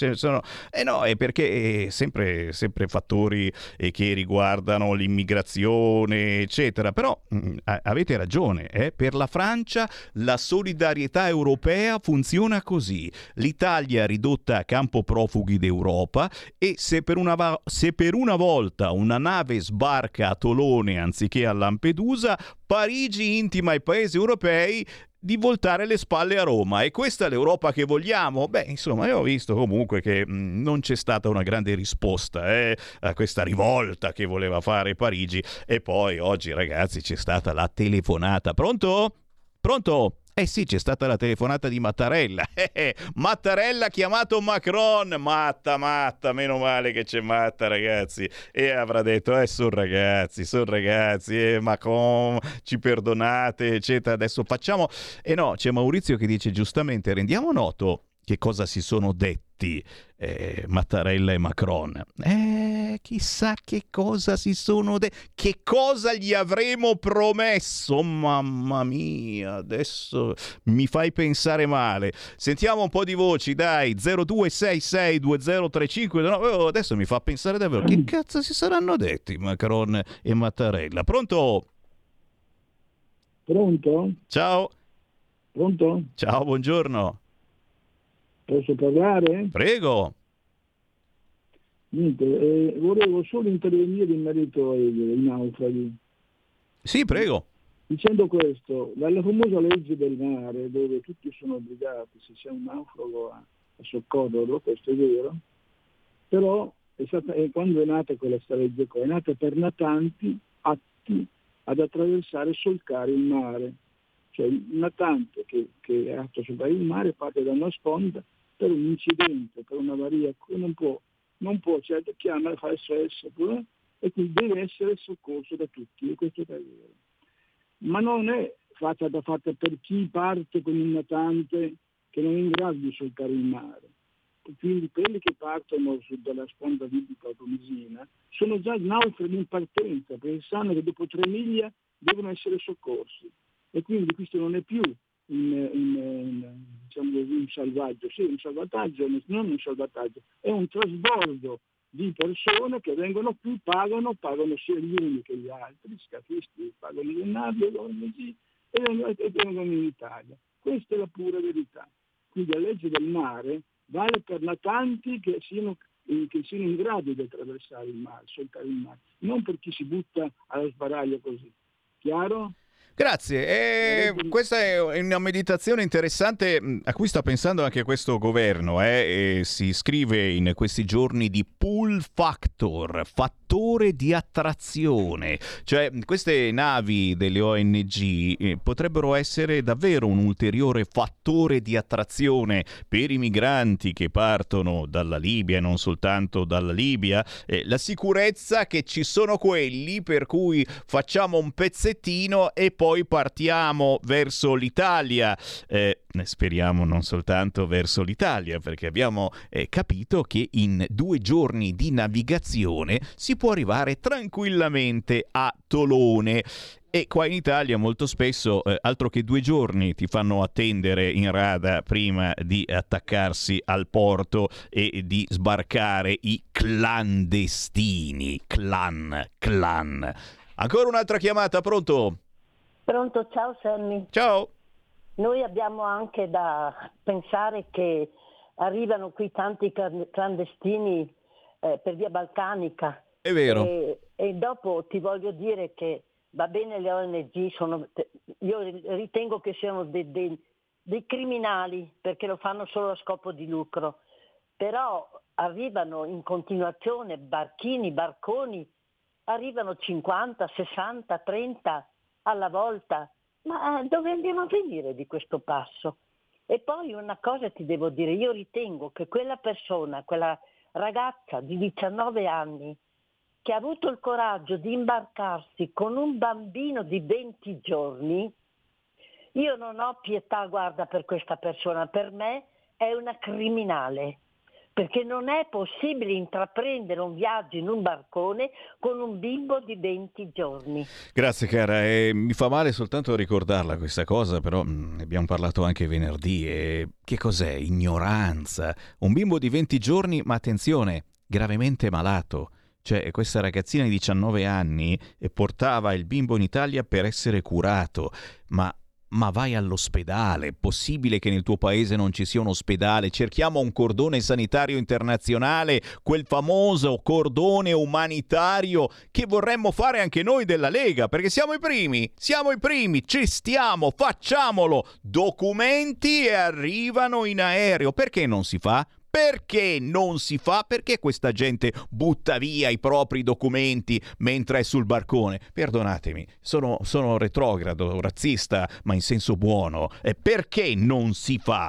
è perché è sempre fattori che riguardano l'immigrazione, eccetera. Però avete ragione, per la Francia la solidarietà europea funziona così: l'Italia ridotta a campo profughi d'Europa, e se per una volta una nave sbarca a Tolone anziché a Lampedusa, Parigi intima ai paesi europei di voltare le spalle a Roma. E questa è l'Europa che vogliamo? Beh, insomma, io ho visto comunque che non c'è stata una grande risposta a questa rivolta che voleva fare Parigi. E poi oggi, ragazzi, c'è stata la telefonata. Pronto? Eh sì, c'è stata la telefonata di Mattarella. Mattarella ha chiamato Macron. Matta, meno male che c'è Matta, ragazzi. E avrà detto, sono ragazzi, Macron, ci perdonate, eccetera. Adesso facciamo... no, c'è Maurizio che dice giustamente, rendiamo noto che cosa si sono detti Mattarella e Macron. Chissà che cosa si sono detti, che cosa gli avremo promesso. Mamma mia, adesso mi fai pensare male. Sentiamo un po' di voci, dai. 0266203529. Adesso mi fa pensare davvero, che cazzo si saranno detti Macron e Mattarella. Pronto? Ciao. Pronto? Ciao, buongiorno. Posso parlare? Prego. Niente, volevo solo intervenire in merito ai naufraghi. Sì, prego. Dicendo questo, dalla famosa legge del mare, dove tutti sono obbligati, se c'è un naufrago, a soccorrerlo, questo è vero, però quando è nata questa legge qua, è nata per natanti atti ad attraversare e solcare il mare. Cioè il natante che è atto a solcare il mare parte da una sponda per un incidente, per un'avaria, non può, cioè chiama, fa SOS, e quindi deve essere soccorso da tutti, e questo è vero. Ma non è fatta per chi parte con il natante che non è in grado di solcare il mare. quindi quelli che partono dalla sponda libica o tunisina, sono già naufraghi in partenza, perché sanno che dopo 3 miglia devono essere soccorsi. E quindi questo non è più diciamo così, un salvaggio, sì, un salvataggio, non un salvataggio, è un trasbordo di persone che vengono qui, pagano sia gli uni che gli altri, scafisti pagano le navi e l'ONG e vengono in Italia. Questa è la pura verità. Quindi la legge del mare vale per natanti che siano in grado di attraversare il mare, soltare il mare, non per chi si butta allo sbaraglio così. Chiaro? Grazie, questa è una meditazione interessante a cui sta pensando anche questo governo, e si scrive in questi giorni di pull factor, fattore di attrazione, cioè queste navi delle ONG potrebbero essere davvero un ulteriore fattore di attrazione per i migranti che partono dalla Libia e non soltanto dalla Libia, la sicurezza che ci sono quelli per cui facciamo un pezzettino e poi partiamo verso l'Italia, speriamo non soltanto verso l'Italia, perché abbiamo capito che in 2 giorni di navigazione si può arrivare tranquillamente a Tolone. E qua in Italia molto spesso altro che 2 giorni ti fanno attendere in rada prima di attaccarsi al porto e di sbarcare i clandestini. Clan. Ancora un'altra chiamata, pronto? Pronto, ciao Sammy. Ciao. Noi abbiamo anche da pensare che arrivano qui tanti clandestini per via balcanica. È vero. E dopo ti voglio dire che va bene le ONG, io ritengo che siano dei criminali perché lo fanno solo a scopo di lucro, però arrivano in continuazione barconi, arrivano 50, 60, 30 alla volta, ma dove andiamo a venire di questo passo? E poi una cosa ti devo dire, io ritengo che quella persona, quella ragazza di 19 anni che ha avuto il coraggio di imbarcarsi con un bambino di 20 giorni, io non ho pietà, guarda, per questa persona, per me è una criminale. Perché non è possibile intraprendere un viaggio in un barcone con un bimbo di 20 giorni. Grazie cara, mi fa male soltanto ricordarla questa cosa, però ne abbiamo parlato anche venerdì. Che cos'è? Ignoranza. Un bimbo di 20 giorni, ma attenzione, gravemente malato. Cioè questa ragazzina di 19 anni portava il bimbo in Italia per essere curato, ma vai all'ospedale, è possibile che nel tuo paese non ci sia un ospedale? Cerchiamo un cordone sanitario internazionale, quel famoso cordone umanitario che vorremmo fare anche noi della Lega, perché siamo i primi, ci stiamo, facciamolo, documenti e arrivano in aereo, perché non si fa? Perché non si fa? Perché questa gente butta via i propri documenti mentre è sul barcone? Perdonatemi, sono retrogrado, razzista, ma in senso buono. Perché non si fa?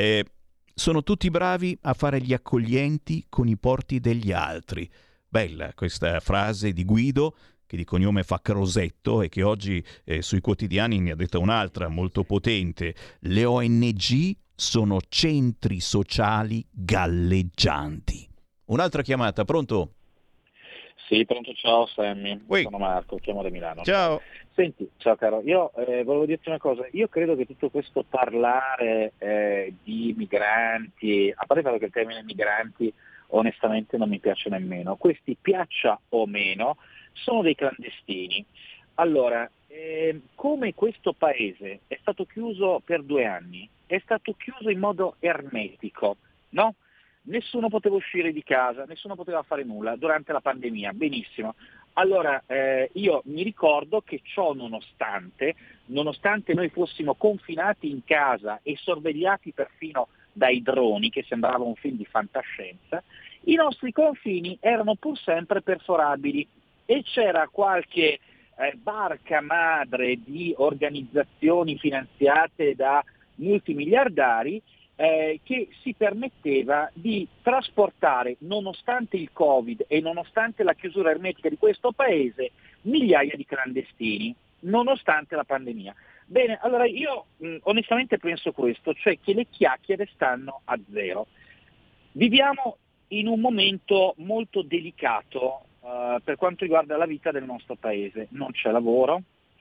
Sono tutti bravi a fare gli accoglienti con i porti degli altri. Bella questa frase di Guido, che di cognome fa Crosetto e che oggi sui quotidiani ne ha detta un'altra molto potente. Le ONG sono centri sociali galleggianti. Un'altra chiamata, pronto? Sì, pronto, ciao Sammy, sono Marco, chiamo da Milano. Ciao. Senti, ciao caro, io volevo dirti una cosa, io credo che tutto questo parlare di migranti, a parte il fatto che il termine migranti onestamente non mi piace nemmeno, questi piaccia o meno sono dei clandestini. Allora, come questo paese è stato chiuso per 2 anni, è stato chiuso in modo ermetico, no? Nessuno poteva uscire di casa, nessuno poteva fare nulla durante la pandemia, benissimo. Allora, io mi ricordo che ciò nonostante noi fossimo confinati in casa e sorvegliati perfino dai droni, che sembrava un film di fantascienza, i nostri confini erano pur sempre perforabili e c'era qualche barca madre di organizzazioni finanziate da multimiliardari che si permetteva di trasportare, nonostante il Covid e nonostante la chiusura ermetica di questo paese, migliaia di clandestini, nonostante la pandemia. Bene, allora io onestamente penso questo, cioè che le chiacchiere stanno a zero. Viviamo in un momento molto delicato per quanto riguarda la vita del nostro paese. Non c'è lavoro,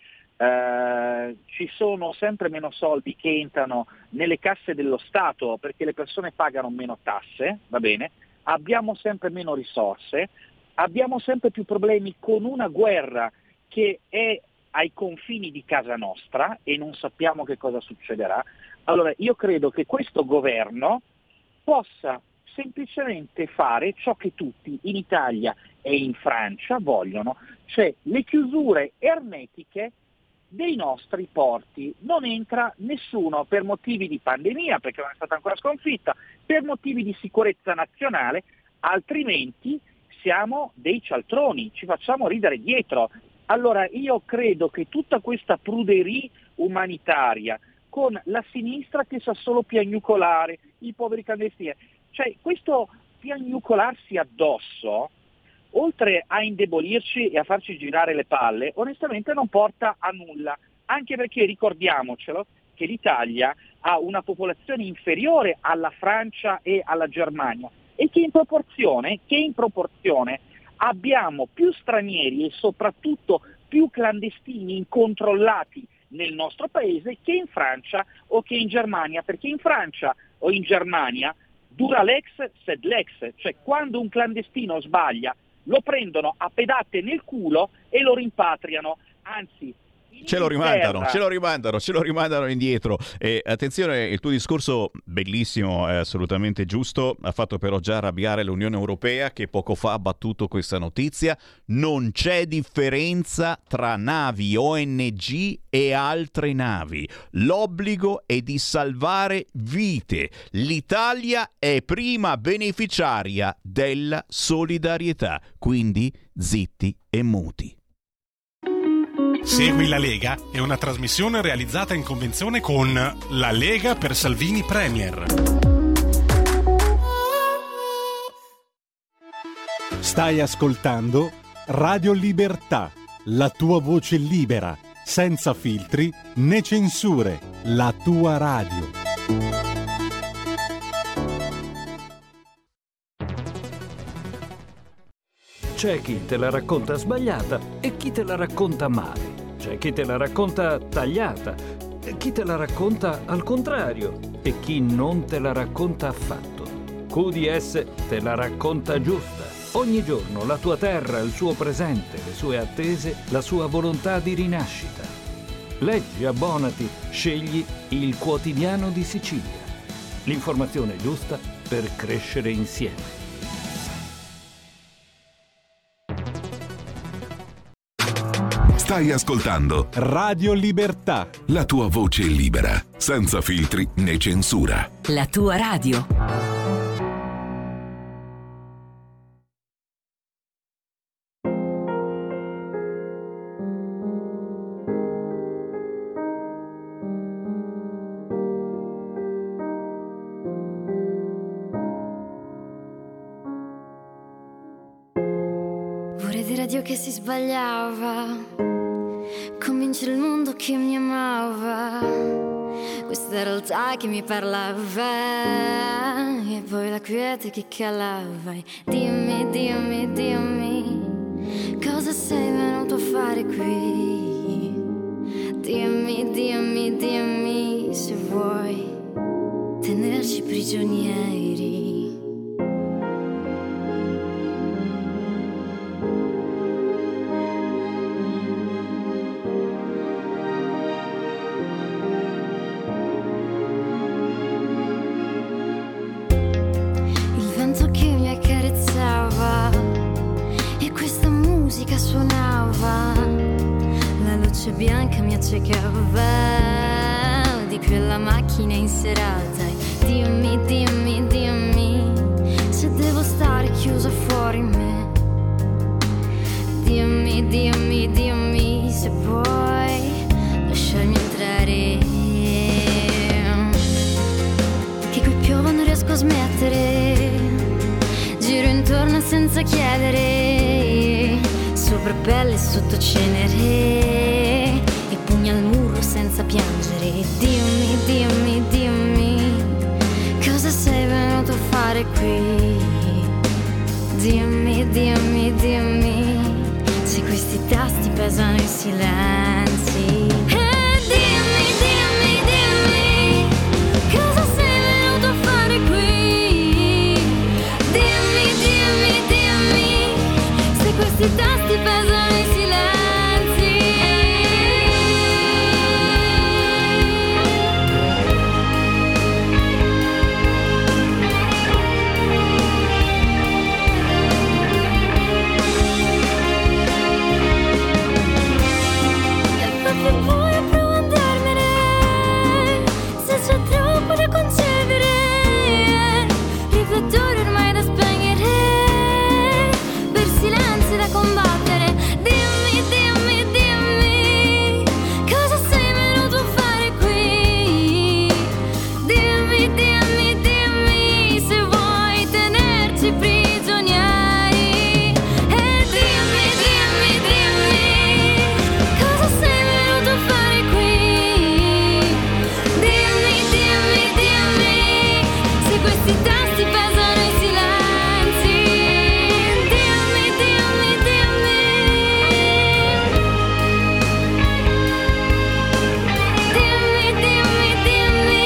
ci sono sempre meno soldi che entrano nelle casse dello Stato perché le persone pagano meno tasse, va bene? Abbiamo sempre meno risorse, abbiamo sempre più problemi con una guerra che è ai confini di casa nostra e non sappiamo che cosa succederà. Allora io credo che questo governo possa semplicemente fare ciò che tutti in Italia e in Francia vogliono, cioè le chiusure ermetiche dei nostri porti. Non entra nessuno per motivi di pandemia, perché non è stata ancora sconfitta, per motivi di sicurezza nazionale, altrimenti siamo dei cialtroni, ci facciamo ridere dietro. Allora io credo che tutta questa pruderia umanitaria con la sinistra che sa solo piagnucolare i poveri clandestini, cioè questo piagnucolarsi addosso, oltre a indebolirci e a farci girare le palle, onestamente non porta a nulla, anche perché ricordiamocelo che l'Italia ha una popolazione inferiore alla Francia e alla Germania e che in proporzione abbiamo più stranieri e soprattutto più clandestini incontrollati nel nostro paese che in Francia o che in Germania, perché in Francia o in Germania dura lex sed lex, cioè quando un clandestino sbaglia lo prendono a pedate nel culo e lo rimpatriano, anzi ce lo rimandano indietro. E attenzione, il tuo discorso bellissimo, è assolutamente giusto, ha fatto però già arrabbiare l'Unione Europea che poco fa ha battuto questa notizia. Non c'è differenza tra navi ONG e altre navi, l'obbligo è di salvare vite. L'Italia è prima beneficiaria della solidarietà, quindi zitti e muti. Segui la Lega è una trasmissione realizzata in convenzione con La Lega per Salvini Premier. Stai ascoltando Radio Libertà, la tua voce libera, senza filtri né censure, la tua radio. C'è chi te la racconta sbagliata e chi te la racconta male. C'è chi te la racconta tagliata e chi te la racconta al contrario e chi non te la racconta affatto. QDS te la racconta giusta. Ogni giorno la tua terra, il suo presente, le sue attese, la sua volontà di rinascita. Leggi, abbonati, scegli il Quotidiano di Sicilia. L'informazione giusta per crescere insieme. Stai ascoltando Radio Libertà, la tua voce libera, senza filtri né censura. La tua radio. Vorrei dire a Dio che si sbagliava, convincere il mondo che mi amava, questa realtà che mi parlava e poi la quiete che calava. E dimmi, dimmi, dimmi, cosa sei venuto a fare qui? Dimmi, dimmi, dimmi se vuoi tenerci prigionieri. Suonava, la luce bianca mi accecava di quella macchina in serata. E dimmi, dimmi, dimmi se devo stare chiusa fuori me. Dimmi, dimmi, dimmi se puoi lasciarmi entrare. Che qui piova non riesco a smettere, giro intorno senza chiedere, sopra pelle e sotto cenere, e pugna al muro senza piangere. Dimmi, dimmi, dimmi, cosa sei venuto a fare fare qui? Dimmi, dimmi, dimmi se questi tasti pesano in silenzi. Dimmi, dimmi, dimmi cosa sei venuto a fare qui? Dimmi, dimmi, dimmi se questi tasti pesano in silenzi. Poi provo a andarmene, se c'è troppo da concedere, riflettori ormai da spegnere, per silenzi da combattere. Dimmi, dimmi, dimmi cosa sei venuto a fare qui? Dimmi, dimmi, dimmi se vuoi tenerci prigionieri. E dimmi, dimmi, dimmi cosa sei venuto a fare qui? Dimmi, dimmi, dimmi se questi tasti pesano in silenzi. Dimmi, dimmi, dimmi. Dimmi, dimmi, dimmi.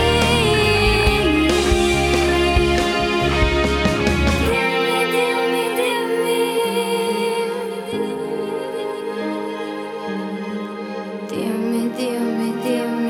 Dimmi, dimmi, dimmi. Dimmi, dimmi, dimmi.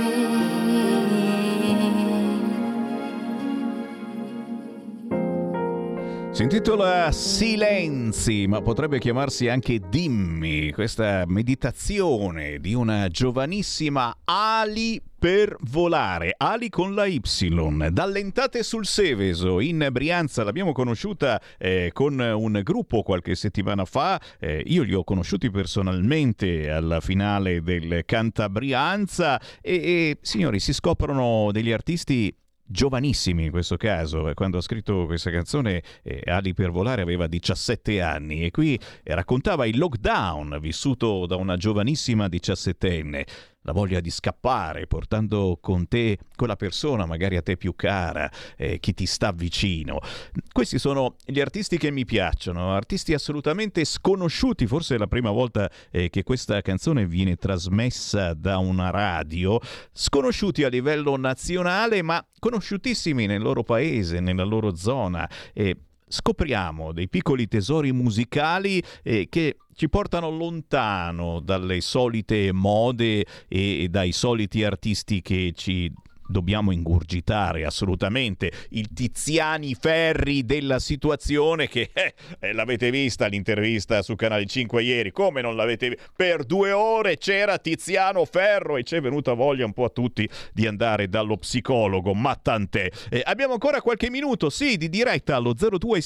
Si intitola Silenzi, ma potrebbe chiamarsi anche Dimmi, questa meditazione di una giovanissima Ali per volare, Ali con la Y, dall'Entate sul Seveso in Brianza. L'abbiamo conosciuta con un gruppo qualche settimana fa, io li ho conosciuti personalmente alla finale del Canta Brianza e signori, si scoprono degli artisti giovanissimi in questo caso. Quando ha scritto questa canzone Ali per volare aveva 17 anni e qui raccontava il lockdown vissuto da una giovanissima 17enne, la voglia di scappare portando con te quella persona magari a te più cara, chi ti sta vicino. Questi sono gli artisti che mi piacciono, artisti assolutamente sconosciuti. Forse è la prima volta che questa canzone viene trasmessa da una radio, sconosciuti a livello nazionale ma conosciutissimi nel loro paese, nella loro zona. Scopriamo dei piccoli tesori musicali che ci portano lontano dalle solite mode e dai soliti artisti che ci dobbiamo ingurgitare assolutamente. Il Tiziani Ferri della situazione, che l'avete vista l'intervista su Canale 5 ieri, come non l'avete vista? Per 2 ore c'era Tiziano Ferro e ci è venuta voglia un po' a tutti di andare dallo psicologo, ma tant'è. Abbiamo ancora qualche minuto, sì, di diretta allo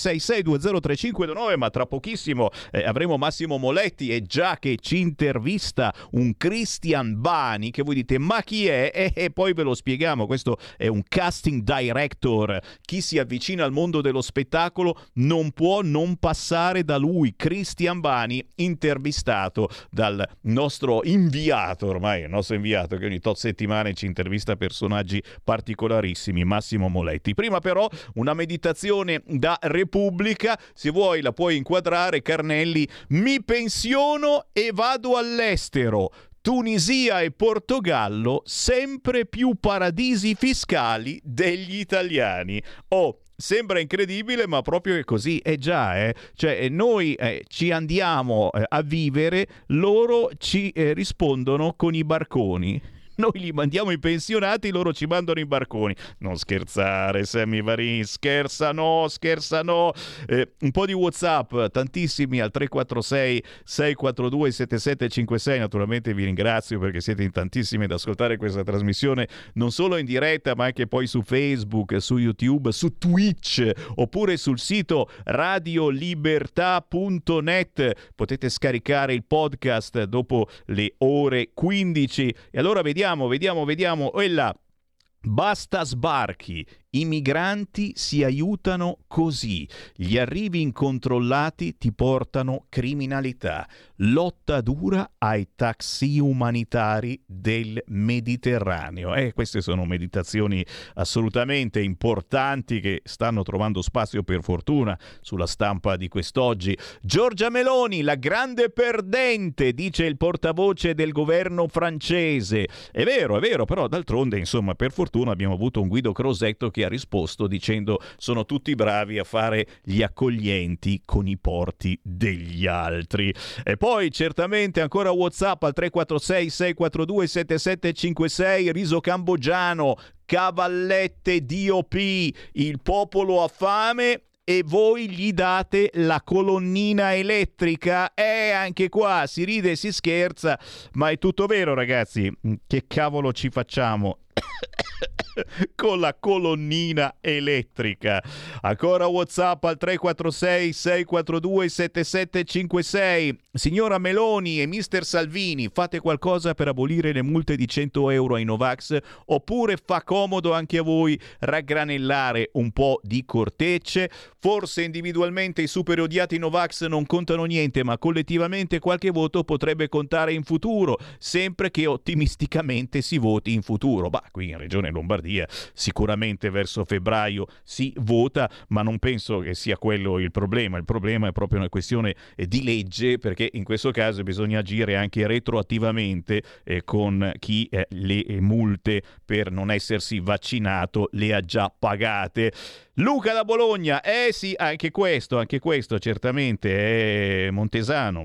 0266203529, ma tra pochissimo avremo Massimo Moletti, e già che ci intervista un Christian Bani, che voi dite ma chi è? E poi ve lo spieghiamo. Questo è un casting director. Chi si avvicina al mondo dello spettacolo non può non passare da lui. Christian Bani, intervistato dal nostro inviato, ormai il nostro inviato che ogni tot settimane ci intervista personaggi particolarissimi, Massimo Moletti. Prima però una meditazione da Repubblica, se vuoi la puoi inquadrare, Carnelli. Mi pensiono e vado all'estero. Tunisia e Portogallo, sempre più paradisi fiscali degli italiani. Sembra incredibile, ma proprio è così, è già, Cioè noi ci andiamo a vivere, loro ci rispondono con i barconi. Noi li mandiamo i pensionati, loro ci mandano i barconi. Non scherzare, Sammy Varin, scherza no. Un po' di WhatsApp, tantissimi al 346 642 7756. Naturalmente vi ringrazio perché siete in tantissimi ad ascoltare questa trasmissione, non solo in diretta ma anche poi su Facebook, su YouTube, su Twitch, oppure sul sito radiolibertà.net. Potete scaricare il podcast dopo le ore 15. E allora vediamo. E là, basta sbarchi. I migranti si aiutano così. Gli arrivi incontrollati ti portano criminalità. Lotta dura ai taxi umanitari del Mediterraneo. Queste sono meditazioni assolutamente importanti che stanno trovando spazio, per fortuna, sulla stampa di quest'oggi. Giorgia Meloni, la grande perdente, dice il portavoce del governo francese. È vero, però d'altronde, insomma, per fortuna abbiamo avuto un Guido Crosetto che ha risposto dicendo: sono tutti bravi a fare gli accoglienti con i porti degli altri. E poi certamente ancora WhatsApp al 346 642 7756, riso cambogiano, cavallette DOP, il popolo ha fame e voi gli date la colonnina elettrica. Anche qua si ride e si scherza, ma è tutto vero, ragazzi. Che cavolo ci facciamo con la colonnina elettrica? Ancora WhatsApp al 346 642 7756. Signora Meloni e mister Salvini, fate qualcosa per abolire le multe di 100 euro ai Novax, oppure fa comodo anche a voi raggranellare un po' di cortecce? Forse individualmente i super odiati Novax non contano niente, ma collettivamente qualche voto potrebbe contare in futuro, sempre che ottimisticamente si voti in futuro. Qui in Regione Lombardia sicuramente verso febbraio si vota, ma non penso che sia quello il problema. Il problema è proprio una questione di legge, perché in questo caso bisogna agire anche retroattivamente con chi le multe per non essersi vaccinato le ha già pagate. Luca da Bologna, sì, anche questo certamente è Montesano.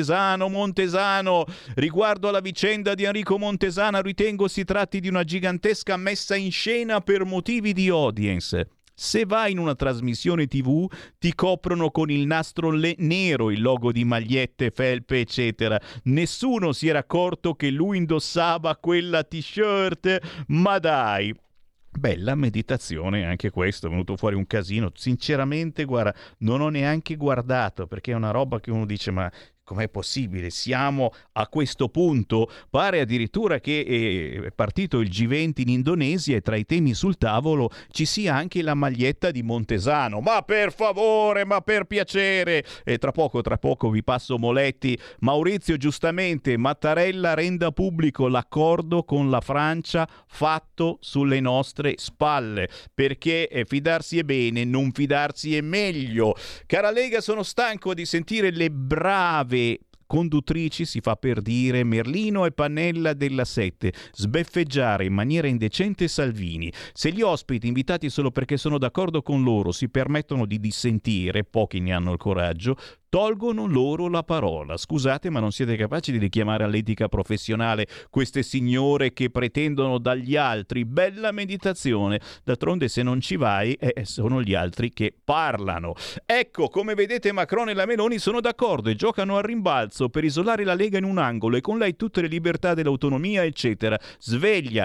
Riguardo alla vicenda di Enrico Montesano, ritengo si tratti di una gigantesca messa in scena per motivi di audience. Se vai in una trasmissione TV ti coprono con il nastro nero il logo di magliette, felpe, eccetera. Nessuno si era accorto che lui indossava quella t-shirt. Ma dai! Bella meditazione anche questo, è venuto fuori un casino. Sinceramente, guarda, non ho neanche guardato, perché è una roba che uno dice: ma com'è possibile? Siamo a questo punto? Pare addirittura che è partito il G20 in Indonesia e tra i temi sul tavolo ci sia anche la maglietta di Montesano. Ma per favore, ma per piacere! E tra poco vi passo Moletti. Maurizio, giustamente, Mattarella renda pubblico l'accordo con la Francia fatto sulle nostre spalle, perché fidarsi è bene, non fidarsi è meglio. Cara Lega, sono stanco di sentire le brave conduttrici, si fa per dire, Merlino e Pannella della Sette sbeffeggiare in maniera indecente Salvini. Se gli ospiti, invitati solo perché sono d'accordo con loro, si permettono di dissentire, pochi ne hanno il coraggio, tolgono loro la parola. Scusate, ma non siete capaci di richiamare all'etica professionale queste signore che pretendono dagli altri bella meditazione. D'altronde, se non ci vai, sono gli altri che parlano. Ecco, come vedete, Macron e la Meloni sono d'accordo e giocano a rimbalzo per isolare la Lega in un angolo e con lei tutte le libertà dell'autonomia, eccetera. Sveglia,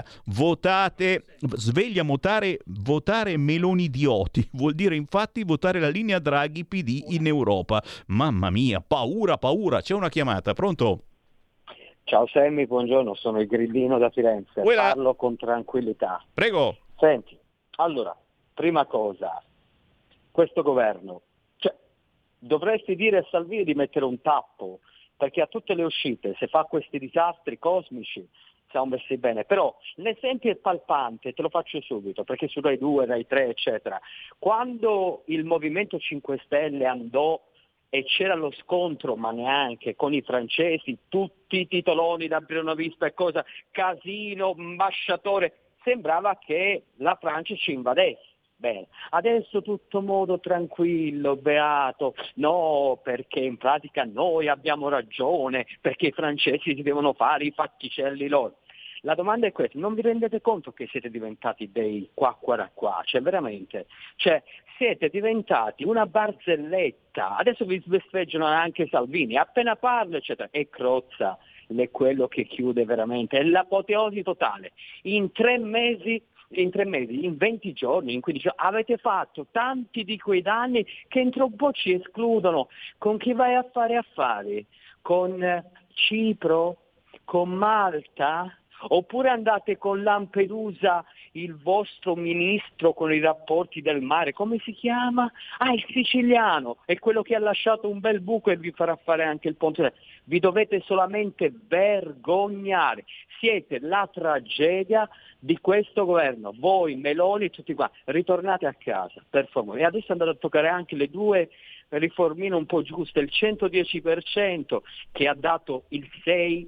votare Meloni idioti. Vuol dire infatti votare la linea Draghi PD in Europa. Mamma mia, paura. C'è una chiamata, pronto? Ciao Sammy, buongiorno, sono il Grillino da Firenze. Parlo con tranquillità. Prego. Senti, allora, prima cosa, questo governo, dovresti dire a Salvini di mettere un tappo, perché a tutte le uscite, se fa questi disastri cosmici, siamo messi bene. Però l'esempio è palpante, te lo faccio subito, perché su Rai 2, Rai 3, eccetera, quando il Movimento 5 Stelle andò e c'era lo scontro, ma neanche, con i francesi, tutti i titoloni da Bruno Vispa e cosa, casino, ambasciatore, sembrava che la Francia ci invadesse. Bene, adesso tutto modo tranquillo, beato, no, perché in pratica noi abbiamo ragione, perché i francesi si devono fare i fatticelli loro. La domanda è questa: non vi rendete conto che siete diventati dei qua, veramente? Siete diventati una barzelletta, adesso vi sbeffeggiano anche Salvini, appena parla, eccetera, e Crozza è quello che chiude veramente, è l'apoteosi totale. In 3 mesi, in 20 giorni, in 15 giorni, avete fatto tanti di quei danni che entro un po' ci escludono. Con chi vai a fare affari? Con Cipro? Con Malta? Oppure andate con Lampedusa, il vostro ministro con i rapporti del mare, come si chiama? Ah, il siciliano, è quello che ha lasciato un bel buco e vi farà fare anche il ponte. Vi dovete solamente vergognare, siete la tragedia di questo governo, voi Meloni e tutti qua, ritornate a casa, per favore. E adesso andate a toccare anche le due riformine un po' giuste, il 110% che ha dato il 6%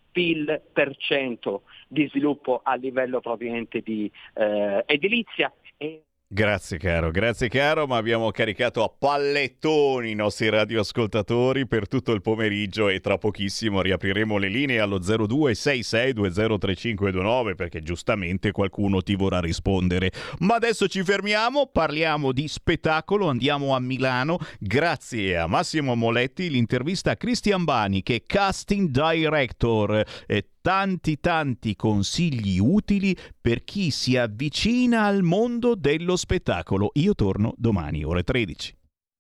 di sviluppo a livello propriamente di edilizia. Grazie caro, ma abbiamo caricato a pallettoni i nostri radioascoltatori per tutto il pomeriggio e tra pochissimo riapriremo le linee allo 0266203529 perché giustamente qualcuno ti vorrà rispondere. Ma adesso ci fermiamo, parliamo di spettacolo, andiamo a Milano. Grazie a Massimo Moletti, l'intervista a Christian Bani che è casting director. Tanti consigli utili per chi si avvicina al mondo dello spettacolo. Io torno domani, ore 13.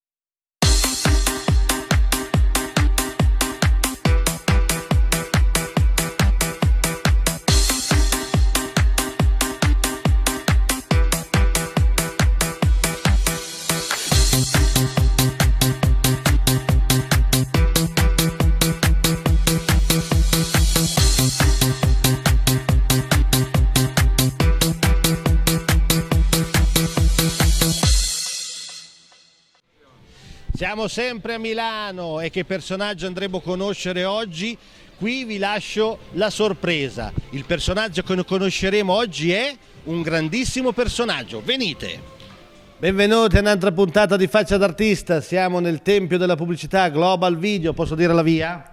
Siamo sempre a Milano e che personaggio andremo a conoscere oggi? Qui vi lascio la sorpresa. Il personaggio che conosceremo oggi è un grandissimo personaggio. Venite! Benvenuti a un'altra puntata di Faccia d'Artista. Siamo nel tempio della pubblicità Global Video. Posso dire la via?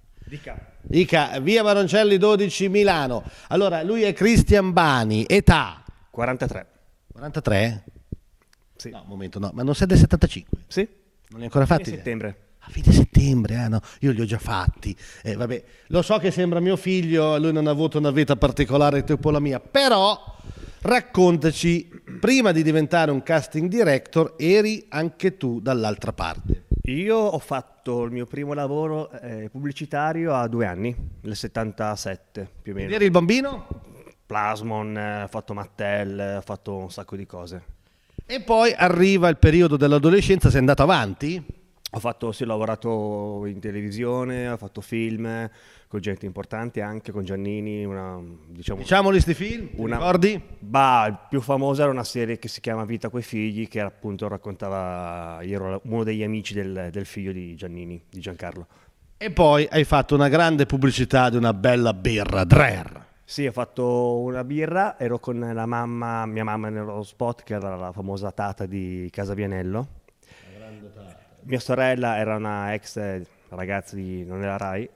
Dica, via Maroncelli 12 Milano. Allora, lui è Christian Bani, età? 43. 43? Sì. No, un momento, no, ma non sei del 75? Sì. Non li hai ancora fatti? Fine settembre. A fine settembre, no, io li ho già fatti. Vabbè, lo so che sembra mio figlio, lui non ha avuto una vita particolare tipo la mia, però raccontaci, prima di diventare un casting director, eri anche tu dall'altra parte. Io ho fatto il mio primo lavoro pubblicitario a 2 anni, nel 77 più o meno. Ed eri il bambino? Plasmon, ho fatto Mattel, ho fatto un sacco di cose. E poi arriva il periodo dell'adolescenza, sei andato avanti? Ho lavorato in televisione, ho fatto film con gente importante, anche con Giannini. Diciamoli sti film, ricordi? Il più famoso era una serie che si chiama Vita coi figli, che appunto raccontava, io ero uno degli amici del figlio di Giannini, di Giancarlo. E poi hai fatto una grande pubblicità di una bella birra, Dreher. Sì, ho fatto una birra, ero con mia mamma nello spot che era la famosa Tata di Casa Vianello. La grande Tata. Mia sorella era una ex ragazza non era Rai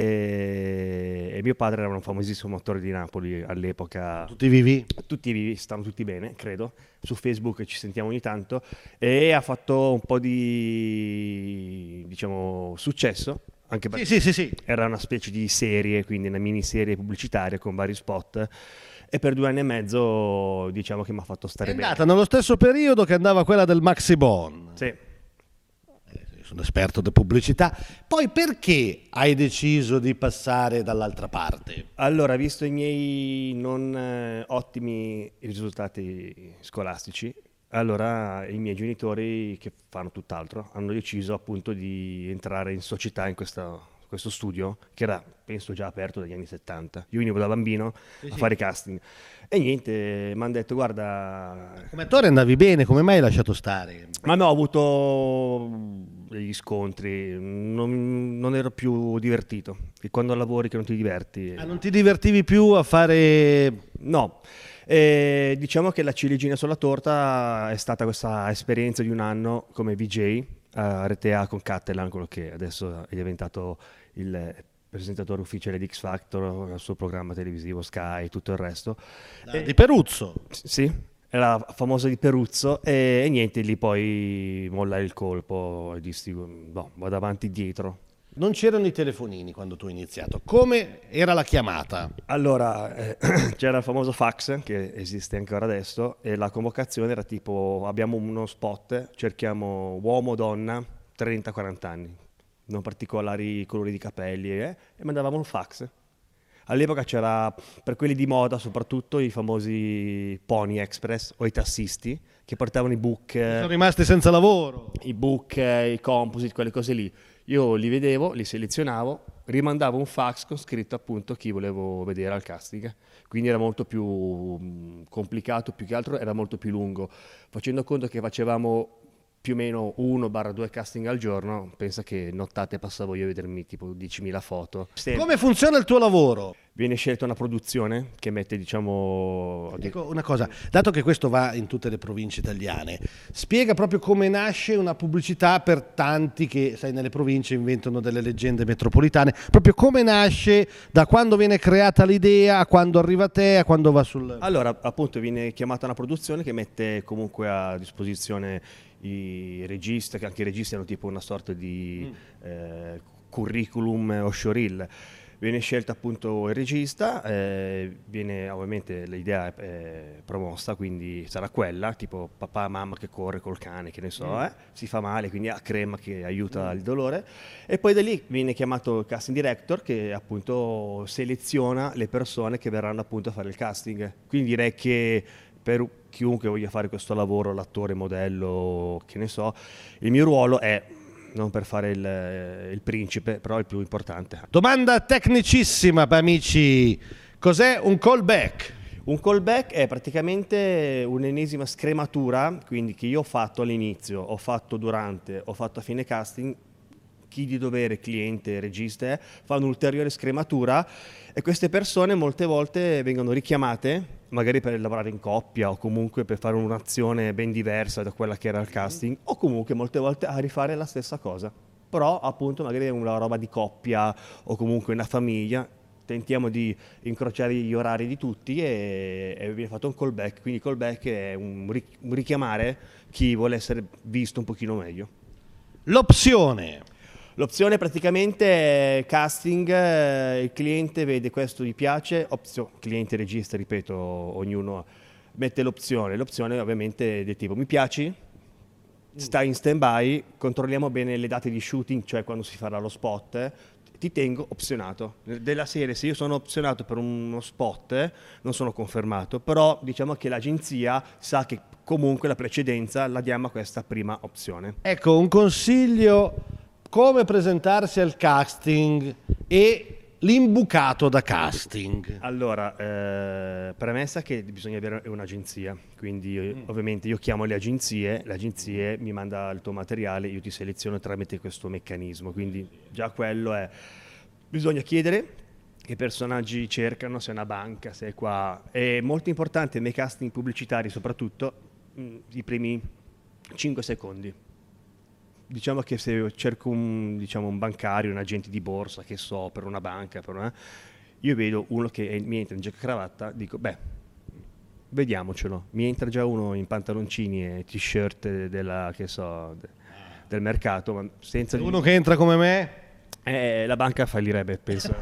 e mio padre era un famosissimo attore di Napoli all'epoca. Tutti vivi? Tutti vivi, stanno tutti bene, credo. Su Facebook ci sentiamo ogni tanto e ha fatto un po' di, successo. Anche perché sì. Era una specie di serie, quindi una miniserie pubblicitaria con vari spot e per 2 anni e mezzo che mi ha fatto stare bene. È andata nello stesso periodo che andava quella del Maxi Bon. Sì. Sono esperto di pubblicità. Poi perché hai deciso di passare dall'altra parte? Allora, visto i miei non ottimi risultati scolastici, allora i miei genitori, che fanno tutt'altro, hanno deciso appunto di entrare in società in questo studio che era, penso, già aperto dagli anni 70. Io venivo da bambino a fare casting e niente, mi hanno detto guarda... Come attore andavi bene, come mai hai lasciato stare? Ma no, ho avuto degli scontri, non ero più divertito. E quando lavori che non ti diverti... Non ti divertivi più a fare... No. Diciamo che la ciliegina sulla torta è stata questa esperienza di 1 anno come VJ a RTA con Cattelan, quello che adesso è diventato il presentatore ufficiale di X Factor, il suo programma televisivo Sky, tutto il resto. Di Peruzzo? Sì, era famosa di Peruzzo e niente, lì poi mollai il colpo e dissi no, vado avanti dietro. Non c'erano i telefonini quando tu hai iniziato. Come era la chiamata? Allora, c'era il famoso fax, che esiste ancora adesso, e la convocazione era tipo, abbiamo uno spot, cerchiamo uomo o donna, 30-40 anni, non particolari colori di capelli, e mandavamo un fax. All'epoca c'era, per quelli di moda, soprattutto i famosi Pony Express o i tassisti che portavano i book. Sono rimasti senza lavoro. I book, i composite, quelle cose lì. Io li vedevo, li selezionavo, rimandavo un fax con scritto appunto chi volevo vedere al casting. Quindi era molto più complicato, più che altro era molto più lungo. Facendo conto che facevamo più o meno 1-2 casting al giorno, pensa che nottate passavo io a vedermi tipo 10.000 foto. Come funziona il tuo lavoro? Viene scelta una produzione che mette, diciamo... Ecco una cosa, dato che questo va in tutte le province italiane, spiega proprio come nasce una pubblicità per tanti che, sai, nelle province inventano delle leggende metropolitane, proprio come nasce, da quando viene creata l'idea, a quando arriva a te, a quando va sul... Allora, appunto, viene chiamata una produzione che mette comunque a disposizione i registi, che anche i registi hanno tipo una sorta di curriculum o showreel. Viene scelto appunto il regista, viene ovviamente l'idea è promossa, quindi sarà quella, tipo papà e mamma che corre col cane, che ne so, si fa male, quindi ha crema che aiuta il dolore, e poi da lì viene chiamato il casting director che appunto seleziona le persone che verranno appunto a fare il casting. Quindi direi che per chiunque voglia fare questo lavoro, l'attore, modello, che ne so, il mio ruolo è, non per fare il principe, però il più importante. Domanda tecnicissima, amici, cos'è un callback? Un callback è praticamente un'ennesima scrematura, quindi che io ho fatto all'inizio, ho fatto durante, ho fatto a fine casting. Chi di dovere, cliente, regista, fa un'ulteriore scrematura e queste persone molte volte vengono richiamate, magari per lavorare in coppia o comunque per fare un'azione ben diversa da quella che era il casting, o comunque molte volte a rifare la stessa cosa. Però appunto magari è una roba di coppia o comunque una famiglia, tentiamo di incrociare gli orari di tutti e viene fatto un callback, quindi callback è un richiamare chi vuole essere visto un pochino meglio. L'opzione praticamente è casting, il cliente vede questo gli piace, cliente e regista, ripeto, ognuno mette l'opzione ovviamente del tipo mi piaci, stai in stand by, controlliamo bene le date di shooting, cioè quando si farà lo spot, ti tengo opzionato. Della serie, se io sono opzionato per uno spot, non sono confermato, però diciamo che l'agenzia sa che comunque la precedenza la diamo a questa prima opzione. Ecco, un consiglio: come presentarsi al casting e l'imbucato da casting. Allora, premessa che bisogna avere un'agenzia, quindi ovviamente io chiamo le agenzie mi manda il tuo materiale, io ti seleziono tramite questo meccanismo, quindi già quello è, bisogna chiedere che personaggi cercano, se è una banca, se è qua, è molto importante nei casting pubblicitari soprattutto i primi 5 secondi. Diciamo che se cerco un bancario, un agente di borsa, che so, per una banca, io vedo uno che mi entra in giacca e cravatta, dico, vediamocelo. Mi entra già uno in pantaloncini e t-shirt del mercato, ma senza... Uno che entra come me? La banca fallirebbe, penso.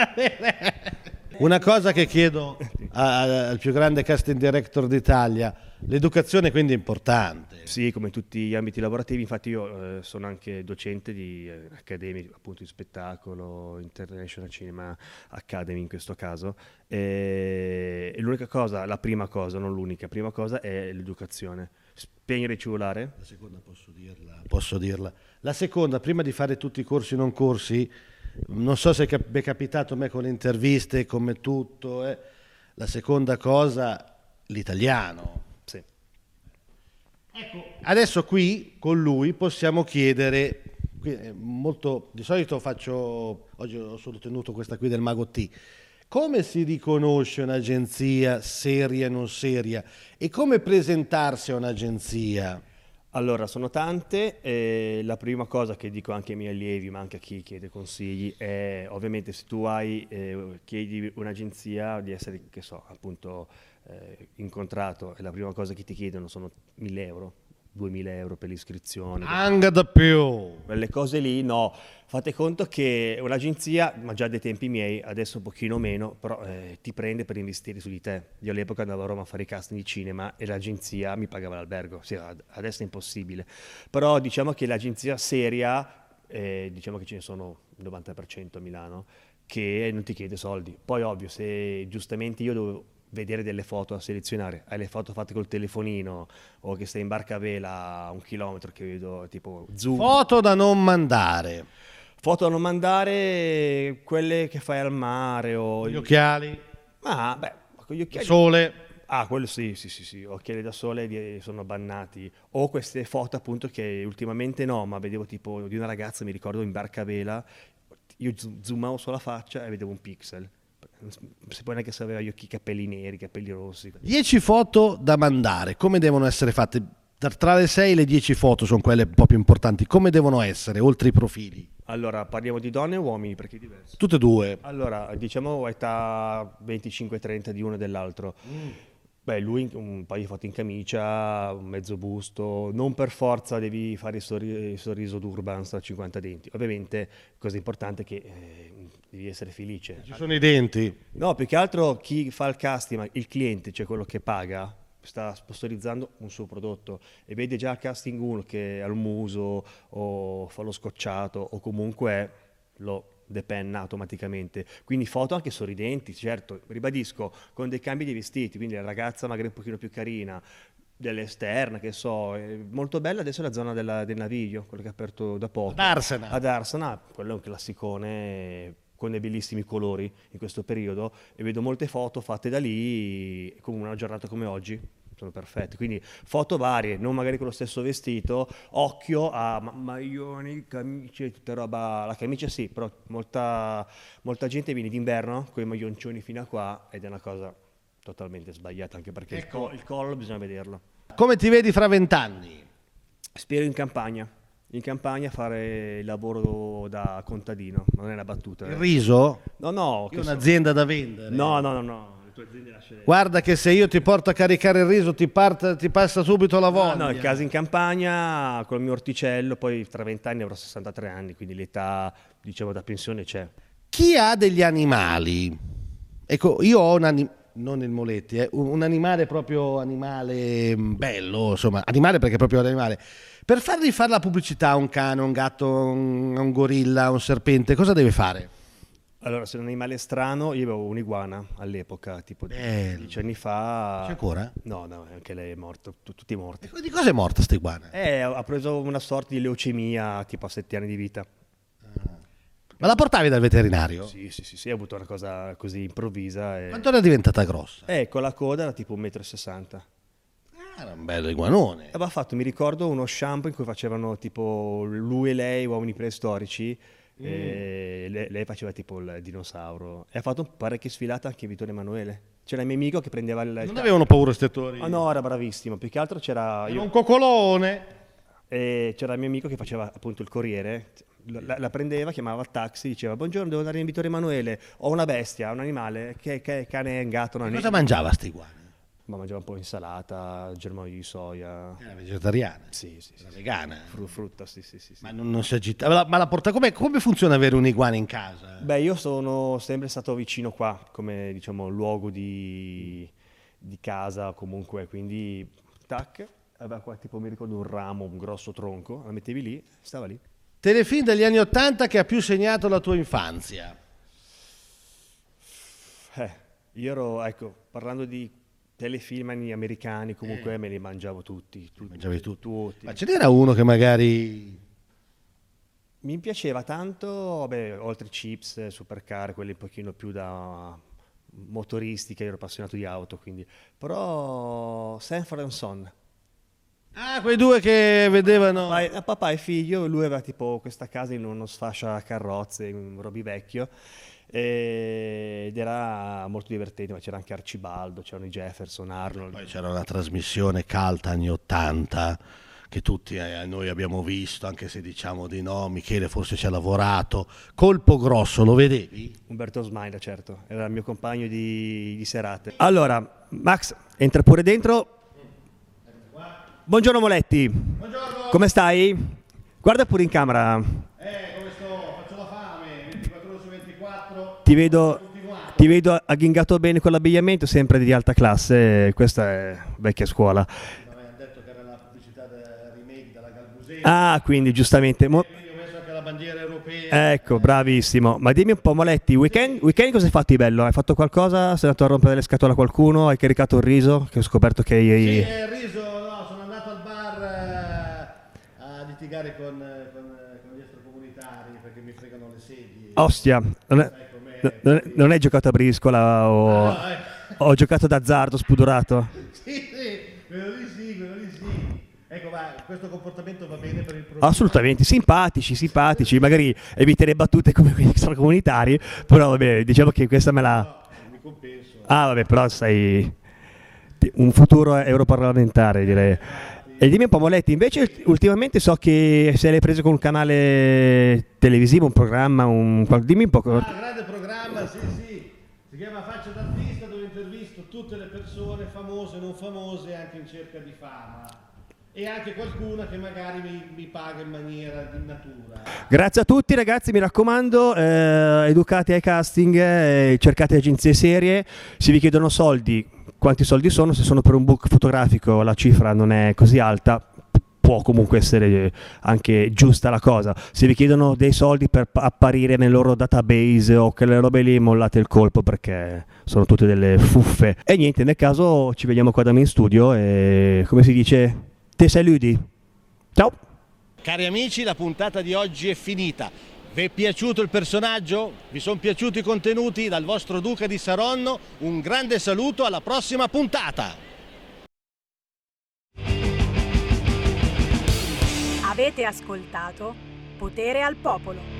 Una cosa che chiedo al più grande casting director d'Italia: l'educazione quindi è importante. Sì, come in tutti gli ambiti lavorativi, infatti io sono anche docente di accademie appunto di spettacolo, International Cinema Academy in questo caso, e l'unica cosa, la prima cosa, non l'unica, prima cosa è l'educazione. Spegnere il cellulare. La seconda posso dirla. La seconda, prima di fare tutti i corsi non corsi, non so se è capitato a me con le interviste, come tutto, la seconda cosa, l'italiano. Sì. Ecco, adesso qui con lui possiamo chiedere, di solito oggi ho solo tenuto questa qui del Mago T, come si riconosce un'agenzia seria e non seria e come presentarsi a un'agenzia? Allora, sono tante, la prima cosa che dico anche ai miei allievi, ma anche a chi chiede consigli, è ovviamente se tu chiedi un'agenzia di essere, che so, appunto incontrato, e la prima cosa che ti chiedono sono 1.000 euro, 2.000 euro per l'iscrizione. Anche da più! Quelle cose lì, no. Fate conto che un'agenzia, ma già dai tempi miei, adesso un pochino meno, però ti prende per investire su di te. Io all'epoca andavo a Roma a fare i casting di cinema e l'agenzia mi pagava l'albergo. Sì, adesso è impossibile. Però diciamo che l'agenzia seria, diciamo che ce ne sono il 90% a Milano, che non ti chiede soldi. Poi ovvio, se giustamente io devo vedere delle foto da selezionare, hai le foto fatte col telefonino o che stai in barca a vela a 1 chilometro che vedo tipo zoom. Foto da non mandare. Foto da non mandare, quelle che fai al mare o... Gli occhiali. Ah, beh, con gli occhiali... Sole. Ah, quello sì, occhiali da sole sono bannati. O queste foto appunto che ultimamente no, ma vedevo tipo di una ragazza, mi ricordo, in barca a vela, io zoomavo sulla faccia e vedevo un pixel. Non si può neanche se aveva gli occhi, i capelli neri, i capelli rossi. 10 foto da mandare, come devono essere fatte? Tra le 6 le 10 foto sono quelle un po' più importanti, come devono essere, oltre i profili? Allora, parliamo di donne o uomini, perché è diverso? Tutte e due. Allora, diciamo età 25-30 di uno e dell'altro. Beh, lui un paio di foto in camicia, un mezzo busto, non per forza devi fare il sorriso d'Urban a 50 denti. Ovviamente, cosa importante è che devi essere felice. Ci sono i denti? No, più che altro chi fa il casting, il cliente, cioè quello che paga, sta sponsorizzando un suo prodotto e vede già il casting uno che ha il muso o fa lo scocciato o comunque lo depenna automaticamente, quindi foto anche sorridenti, certo, ribadisco, con dei cambi di vestiti, quindi la ragazza magari un pochino più carina, dell'esterna, che so, è molto bella adesso la zona del Naviglio, quello che è aperto da poco. Ad Arsena, quello è un classicone con dei bellissimi colori in questo periodo e vedo molte foto fatte da lì con una giornata come oggi. Sono perfette, quindi foto varie, non magari con lo stesso vestito, occhio a maglioni, camicie, tutta roba, la camicia sì, però molta gente viene d'inverno con i maglioncioni fino a qua ed è una cosa totalmente sbagliata, anche perché il collo bisogna vederlo. Come ti vedi fra 20 anni? Spero in campagna fare il lavoro da contadino, non è una battuta. Il riso? No. Che un'azienda da vendere? No. Guarda che se io ti porto a caricare il riso ti passa subito la voglia. No, il caso in campagna con il mio orticello, poi tra 20 anni avrò 63 anni, quindi l'età diciamo da pensione c'è. Chi ha degli animali? Ecco, io ho non il Moletti, un animale proprio animale bello, insomma, animale perché è proprio un animale. Per fargli fare la pubblicità a un cane, a un gatto, a un gorilla, a un serpente, cosa deve fare? Allora, se è un animale strano, io avevo un'iguana all'epoca, tipo 10 anni fa. C'è ancora? No, anche lei è morta, tutti morti. Di cosa è morta sta iguana? Ha preso una sorta di leucemia tipo a 7 anni di vita. Ma la portavi dal veterinario? Sì, ha avuto una cosa così improvvisa. Quanto era diventata grossa? Con la coda era tipo 1,60 m. Era un bello iguanone. Aveva fatto, mi ricordo, uno shampoo in cui facevano tipo lui e lei, uomini preistorici. Lei faceva tipo il dinosauro e ha fatto parecchie sfilate anche Vittorio Emanuele. C'era il mio amico che prendeva il... Non avevano paura sti attori? No, era bravissimo. Più che altro c'era... un coccolone. E c'era il mio amico che faceva appunto il corriere. La prendeva, chiamava il taxi, diceva buongiorno, devo andare in Vittorio Emanuele, ho una bestia, un animale, che cane, un gatto. Cosa mangiava sti iguane? Ma mangiava un po' di insalata, germogli di soia. Era vegetariana? Sì. Era vegana? Frutta, sì. Ma non si agita. Ma la porta come funziona avere un'iguana in casa? Beh, io sono sempre stato vicino qua, come diciamo luogo di casa comunque, quindi tac, aveva qua tipo mi ricordo un ramo, un grosso tronco, la mettevi lì, stava lì. Telefilm degli anni '80 che ha più segnato la tua infanzia? Io ero, ecco, parlando di telefilm americani, comunque me li mangiavo tutti. Mangiavi tutti. Ma ce n'era uno che magari... Mi piaceva tanto, oltre Chips, Supercar, quelli un pochino più da motoristica, io ero appassionato di auto, quindi. Però Sanford & Son. Ah, quei due che vedevano... Papà e figlio, lui aveva tipo questa casa in uno sfascia carrozze, in un robivecchio, ed era molto divertente, ma c'era anche Arcibaldo, c'erano i Jefferson, Arnold. Poi c'era una trasmissione calda anni '80 che tutti noi abbiamo visto, anche se diciamo di no, Michele forse ci ha lavorato, Colpo Grosso, lo vedevi? Umberto Smaila, certo, era il mio compagno di serate. Allora, Max, entra pure dentro. Buongiorno Moletti. Buongiorno. Come stai? Guarda pure in camera. Come sto? Faccio la fame, 24 ore su 24. Ti vedo agghingato bene con l'abbigliamento, sempre di alta classe, questa è vecchia scuola. Mi hanno detto che era la pubblicità del remake della Galbusera. Ah, quindi giustamente. Quindi ho messo anche la bandiera europea. Ecco, bravissimo. Ma dimmi un po', Moletti, weekend cosa hai fatto di bello? Hai fatto qualcosa? Sei andato a rompere le scatole a qualcuno? Hai caricato il riso? Che ho scoperto che Sì, il riso, no, sono andato al bar a litigare con gli extracomunitari perché mi fregano le sedie. Ostia, non hai giocato a briscola o ho giocato d'azzardo spudurato? Sì, quello lì sì. Ecco, ma questo comportamento va bene per il programma? Assolutamente, simpatici, magari eviterei battute come quelli extracomunitari, però vabbè, diciamo che questa me la... No, mi compenso. Ah vabbè, però sei un futuro europarlamentare, direi. E dimmi un po', Moletti, invece ultimamente so che se l'hai preso con un canale televisivo, un programma, dimmi un po'. Un grande programma, sì, si chiama Faccia d'Artista, dove intervisto tutte le persone famose e non famose, anche in cerca di fama. E anche qualcuna che magari mi paga in maniera di natura. Grazie a tutti ragazzi, mi raccomando, educate ai casting, cercate agenzie serie, se vi chiedono soldi, quanti soldi sono? Se sono per un book fotografico la cifra non è così alta, può comunque essere anche giusta la cosa. Se vi chiedono dei soldi per apparire nel loro database o quelle robe lì, mollate il colpo perché sono tutte delle fuffe. E niente, nel caso ci vediamo qua da me in studio e come si dice... Te saluti. Ciao. Cari amici, la puntata di oggi è finita. Vi è piaciuto il personaggio? Vi sono piaciuti i contenuti? Dal vostro Duca di Saronno un grande saluto, alla prossima puntata. Avete ascoltato Potere al Popolo.